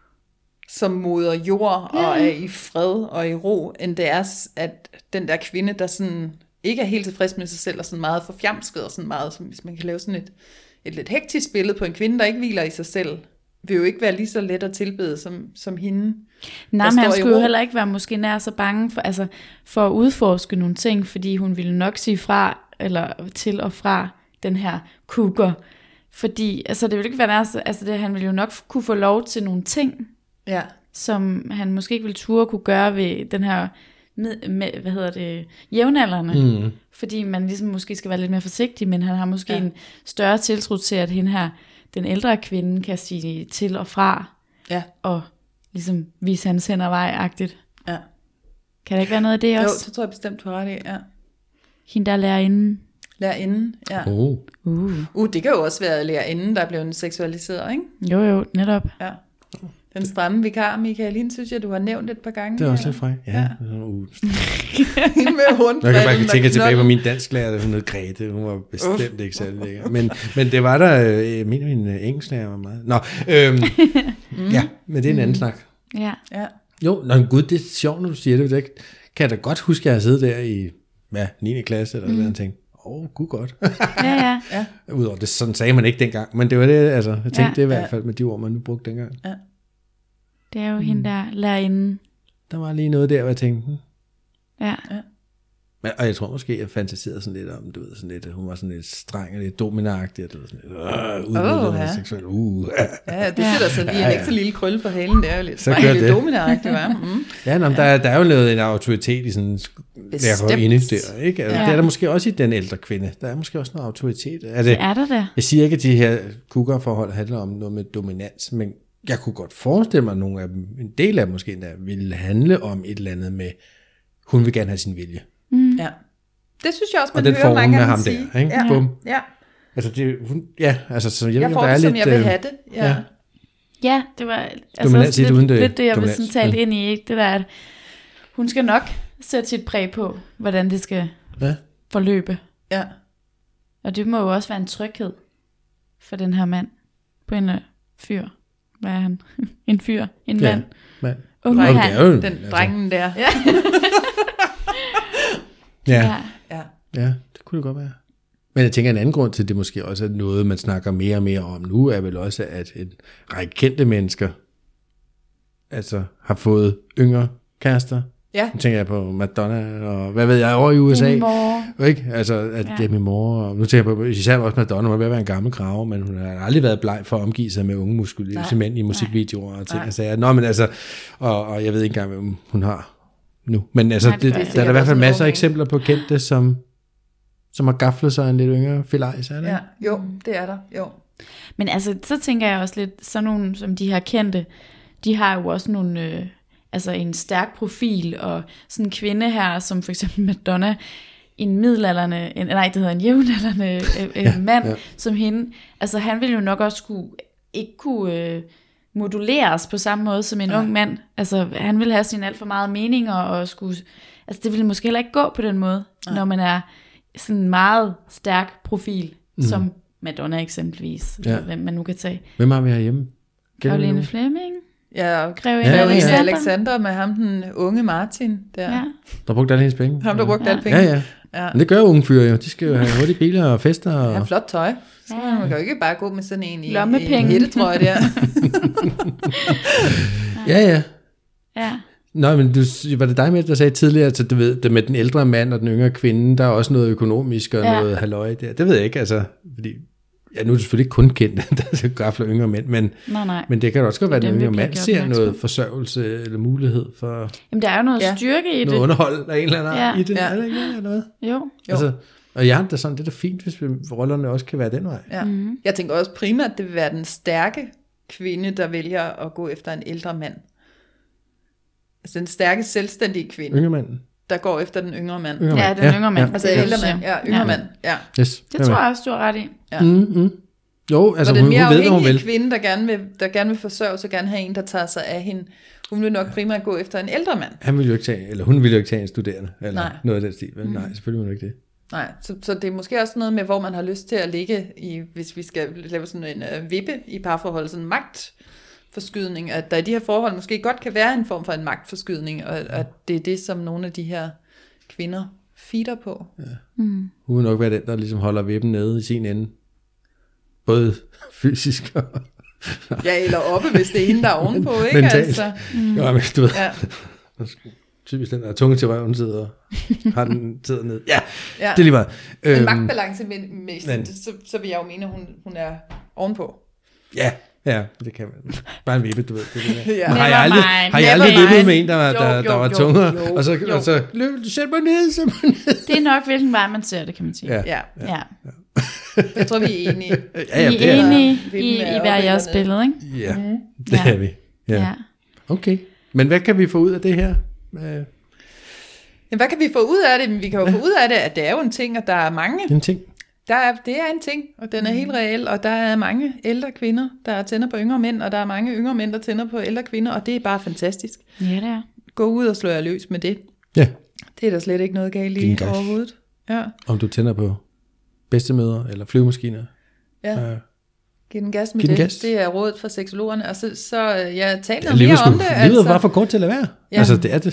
som moder jord og er i fred og i ro, end det er, at den der kvinde, der sådan ikke er helt tilfreds med sig selv, og sådan meget forfjamsket, og sådan meget, som hvis man kan lave sådan et, et lidt hektisk billede på en kvinde, der ikke hviler i sig selv, vil jo ikke være lige så let at tilbede som, som hende. Nej, der men han står i skulle jo ro. heller ikke være måske nær så bange for, altså, for at udforske nogle ting, fordi hun ville nok sige fra, eller til og fra den her cougar. Fordi, altså det ville ikke være nær, så- altså det, han ville jo nok kunne få lov til nogle ting, Ja, som han måske ikke ville turde kunne gøre ved den her, med, med, hvad hedder det, jævnaldrende. Mm. Fordi man ligesom måske skal være lidt mere forsigtig, men han har måske Ja. en større tiltro til, at hende her, den ældre kvinde, kan sige til og fra, ja, og ligesom vise hans hænder vej-agtigt. ja. Kan der ikke være noget af det Jo, også? så tror jeg bestemt, du har ret i, ja. Hende der lærer inden. Lærerinden, ja. Oh. Uh. Uh, det kan jo også være lærerinden, der er blevet seksualiseret, ikke? Jo jo, netop. Ja. Den stramme vikar, Michael, hende synes jeg, du har nævnt et par gange. Det er også her. lidt fræk. Ja. Ja. Uh. Hende med Jeg rundbrillen. kan bare tænke og tilbage på knolden. min dansklærer, hun hed Grete, hun var bestemt uh. ikke særlig lækker. Men, men det var der, øh, jeg mener min øh, engelsklærer var meget. Nå, øhm, mm. ja, men det er en anden snak. Ja. Ja. Jo, nå, gud, det er sjovt, når du siger det. Det kan jeg da godt huske, at jeg har siddet der i ja, niende klasse, eller mm. eller ting. Åh, oh, gud godt. Ja, ja. Ja. Udover det, sådan sagde man ikke dengang, men det var det, altså, jeg tænkte Ja. det er i hvert Ja. fald med de ord, man nu brugte dengang. Ja. Det er jo mm. hende der lærerinden. Der var lige noget der, hvor jeg tænkte, hmm. Ja. Men, og jeg tror måske, jeg fantaserede sådan lidt om, du ved, sådan lidt, hun var sådan lidt streng og lidt dominagtig, og det var sådan lidt, øh, udnyttende Åh, ja. seksuelt, uh. Ja, det sætter så lige en ekstra lille krølle på halen, det er jo lidt, Så så gør lidt det. dominagtigt, hva'? Mm. Ja, nå, der, der er jo noget en autoritet i sådan lærerinde der, ikke? Altså, Ja. det er der måske også i den ældre kvinde. Der er måske også noget autoritet. Er det, Det er der der. jeg siger ikke, at de her cougar-forhold handler om noget med dominans, men jeg kunne godt forestille mig, at nogle af dem, en del af dem måske endda, ville handle om et eller andet med, hun vil gerne have sin vilje. Mm. Ja. Det synes jeg også, Og man den hører får mange hun med af dem ham sige. der, ikke? Ja. Bum. Ja. Altså, det, hun, ja, altså, så jeg, Jeg ved, får der er det, som lidt, jeg vil øh, have det. Ja. ja. Ja, det var altså Dominans også i det lidt, uden det- lidt det, jeg vil dominans. sådan tale Ja. ind i. Ikke? Det der, at hun skal nok sætte sit præg på, hvordan det skal Ja. forløbe. Ja. Og det må jo også være en tryghed for den her mand. På en øh, fyr. Hvad er han? en fyr. En Ja. mand. Men, Unge og mand. det er jo, Den altså, drengen der. Ja. ja, Ja. Ja. ja, det kunne det godt være. Men jeg tænker, en anden grund til, at det måske også er noget, man snakker mere og mere om nu, er vel også, at en række kendte mennesker altså har fået yngre kærester. Ja. Nu tænker jeg på Madonna, og hvad ved jeg, over i U S A. Demi Moore. Ikke? Altså, at Ja. ja. Demi Moore, og nu tænker jeg på, især også Madonna, hun er ved at være en gammel krave, men hun har aldrig været bleg for at omgive sig med unge muskuløse mænd i musikvideoer og ting Nej. og sager. Nå, men altså, og, og jeg ved ikke engang, hvem hun har nu. Men altså, Nej, det det, gør det, jeg der er der i sikkert hvert fald også masser af nogle eksempler på kendte, som, som har gaflet sig en lidt yngre filajs, er det? Ja. Jo, det er der. Jo. Men altså, så tænker jeg også lidt, sådan nogle som de her kendte, de har jo også nogle, øh, altså en stærk profil, og sådan en kvinde her, som for eksempel Madonna, en middelalderne, en, nej, det hedder en jævnaldrende øh, øh, Ja, mand, ja. som hende, altså han ville jo nok også kunne, ikke kunne øh, moduleres på samme måde som en Ja. ung mand. Altså han ville have sine alt for meget meninger, og skulle, altså det ville måske heller ikke gå på den måde, Ja. når man er sådan en meget stærk profil, mm. som Madonna eksempelvis, Ja. eller hvem man nu kan tage. Hvem har vi herhjemme? Kender vi Caroline nogen? Flemming, Ja, og Grevinde Ja, ja, ja. Alexander. Alexander. Alexander med ham, den unge Martin der. Ja. Der brugte alle hendes penge. Ham, der brugte Ja. alle penge. Ja, ja. Ja. Men det gør unge fyre jo. De skal jo have hurtige biler og fester. Og... Ja, flot tøj. Så Ja. man kan jo ikke bare gå med sådan en i, i Lommepenge. hættetrøje der. ja, ja. Ja. Nå, men du, var det dig med, der sagde tidligere, at du ved, det med den ældre mand og den yngre kvinde, der er også noget økonomisk og Ja. noget halløj der. Det ved jeg ikke, altså, fordi, ja, nu er det selvfølgelig ikke kun kendt, der gafler yngre mænd, men, Nej, nej. men det kan da også godt være, at Det er den dem, vi yngre bliver mand gjort ser opmærksom noget på. forsørgelse eller mulighed for Jamen, der er jo noget Ja. styrke i noget det. underhold af en eller anden Ja. art i det, Ja. er det ikke det, eller hvad? Jo. Jo. Altså, Og jeg har det sådan, det er da fint, hvis vi, rollerne også kan være den vej. Ja. Mm-hmm. Jeg tænker også primært, at det vil være den stærke kvinde, der vælger at gå efter en ældre mand. Altså den stærke, selvstændige kvinde. Yngre manden. Der går efter den yngre mand. Yngre mand. Ja, den yngre mand. Ja. Altså ældre mand. Ja, yngre ja. mand. Ja. Yes. Det tror jeg også, du har ret i. Ja. Mm-hmm. Jo, altså og hun, den mere hun ved, hvad hun vil. kvinde, der gerne vil, der gerne vil forsørge sig, gerne have en, der tager sig af hende. Hun vil nok primært gå efter en ældre mand. Han vil jo ikke tage, eller hun vil jo ikke tage en studerende, eller Nej. noget af den stil. Mm. Nej, selvfølgelig vil hun ikke det. Nej, så, så det er måske også noget med, hvor man har lyst til at ligge i, hvis vi skal lave sådan en uh, vippe i parforhold, sådan en magtforskydning, at der i de her forhold måske godt kan være en form for en magtforskydning, og at det er det, som nogle af de her kvinder feeder på. Ja. Mm. Hun vil nok være den, der ligesom holder vippen nede i sin ende. Både fysisk og... ja, eller oppe, hvis det er hende, der er ovenpå, ikke? Mentalt. Altså. Mm. Jo, men du ved... Ja. Typisk den der tunge til røven sidder, har den sidder ned. Ja, ja, det er lige meget. Men øhm, magtbalance med, med men, så, så vil jeg jo mene, at hun, hun er ovenpå. Ja, ja, det kan man. Bare en vippe, du ved. Det, det ja. Har jeg aldrig, har jeg aldrig vippet med en, der var, der, jo, jo, der var tungere? Jo, og så, og så løb, sæt mig ned, sæt mig ned. Det er nok, hvilken vej man ser det, kan man sige. Ja, ja. ja. ja. Jeg tror, vi er enige. Ja, ja, vi er enige i, i hver jeres billede, ikke? Ja, det er vi. Ja. Okay, men hvad kan vi få ud af det her? Jamen, hvad kan vi få ud af det? Men vi kan jo få ud af det, at det er jo en ting, og der er mange. En ting. Der er, det er en ting, og den er helt reel, og der er mange ældre kvinder, der tænder på yngre mænd, og der er mange yngre mænd, der tænder på ældre kvinder, og det er bare fantastisk. Ja, det er. Gå ud og slå jer løs med det. Ja. Det er der slet ikke noget galt i overhovedet. Ja. Om du tænder på bedstemødre eller flyvemaskiner. Ja. Uh, Giv den gas med Giv det. Gas. Det er rådet fra seksologerne. Og så, så ja, tal ja, noget mere om det. Livet altså. er bare for kort til at lade være. Ja. Altså, det er det.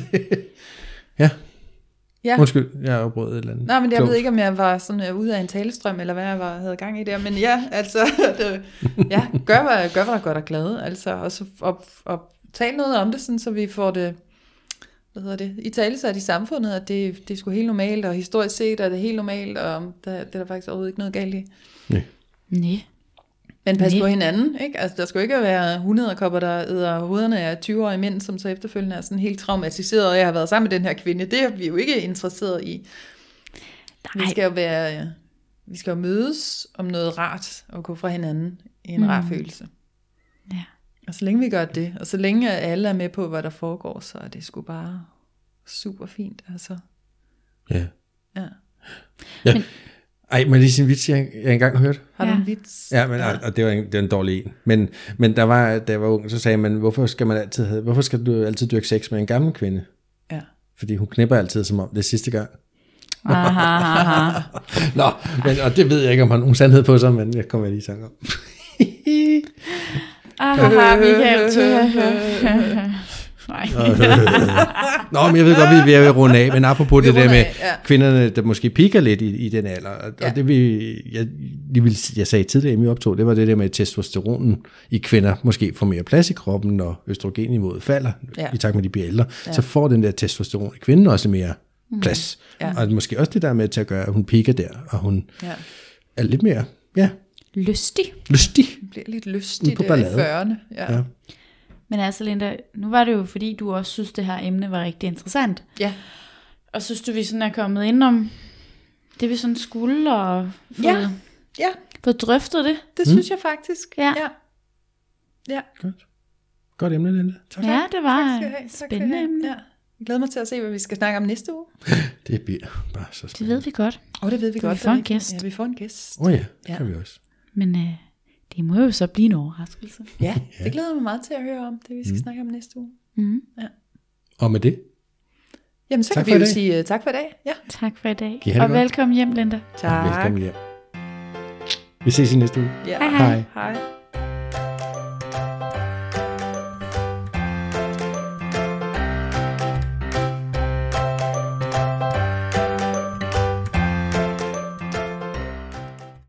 ja. Ja. Undskyld, jeg har afbrudt et eller andet. Nej, men jeg Klogt. ved ikke, om jeg var sådan uh, ude af en talestrøm, eller hvad jeg var, havde gang i der. Men ja, altså, det, ja, gør, hvad, gør, hvad der gør dig glad. Altså, og, så, og, og tal noget om det, sådan, så vi får det, hvad hedder det, i tale sig i samfundet, at det, det er sgu helt normalt, og historisk set er det helt normalt, og der, det er der faktisk overhovedet ikke noget galt i. Nej. Nej. Men pas Nej. på hinanden, ikke? Altså, der skal jo ikke være hundrede kopper, der æder hovederne af tyve-årige mænd, som så efterfølgende er sådan helt traumatiseret, og jeg har været sammen med den her kvinde. Det er vi jo ikke interesseret i. Nej. Vi skal jo være, vi skal jo mødes om noget rart, og gå fra hinanden i en mm. rar følelse. Ja. Og så længe vi gør det, og så længe alle er med på, hvad der foregår, så er det sgu bare super fint, altså. Ja. Ja. ja. Men, ej, må jeg lige sige en vits, jeg, jeg engang har hørt? Har du ja. en vits? Ja, men, og det var en, det var en dårlig en. Men, men der var, da jeg var ung, så sagde man, hvorfor skal man altid have, hvorfor skal du altid dyrke sex med en gammel kvinde? Ja. Fordi hun knipper altid, som om det er sidste gang. Aha, aha. Nå, men, og det ved jeg ikke, om han har nogen sandhed på sig, men jeg kommer lige i tanke om. Aha, Michael. Nej. Nå, men jeg ved godt, vi er ved at runde af, men apropos det der med af, ja. kvinderne, der måske piker lidt i, i den alder, og, ja. og det vi, jeg, jeg, jeg sagde tidligere i min optog, det var det der med, at testosteronen i kvinder måske får mere plads i kroppen, når østrogenniveauet falder, ja. i takt med, at de bliver ældre, ja. så får den der testosteron i kvinden også mere plads. Mm. Ja. Og måske også det der med til at gøre, at hun piker der, og hun ja. er lidt mere, ja. Lystig. Lystig. Hun bliver lidt lystig der i fyrrerne. Ja. ja. Men altså Linda, nu var det jo fordi, du også synes, det her emne var rigtig interessant. Ja. Og synes du, vi sådan er kommet ind om det, vi sådan skulle, og fået, ja. Ja. fået drøftet det? Det mm. synes jeg faktisk. Ja. Ja. ja. Godt. Godt emne, Linda. Tak. Ja, det var et spændende emne. Ja. Jeg glæder mig til at se, hvad vi skal snakke om næste uge. Det bliver bare så spændende. Det ved vi godt. Åh, oh, det ved vi For godt. Vi får en gæst. Ja, vi får en gæst. Åh oh, ja, det ja. kan vi også. Men øh, det må jo så blive en overraskelse. Ja, det glæder mig meget til at høre om, det vi skal mm. snakke om næste uge. Mm. Ja. Og med det? Jamen, så tak kan vi jo sige uh, tak for i dag. Ja. Tak for i dag. Og godt. Velkommen hjem, Linda. Tak. Velkommen hjem. Vi ses i næste uge. Ja. Hej hej. hej.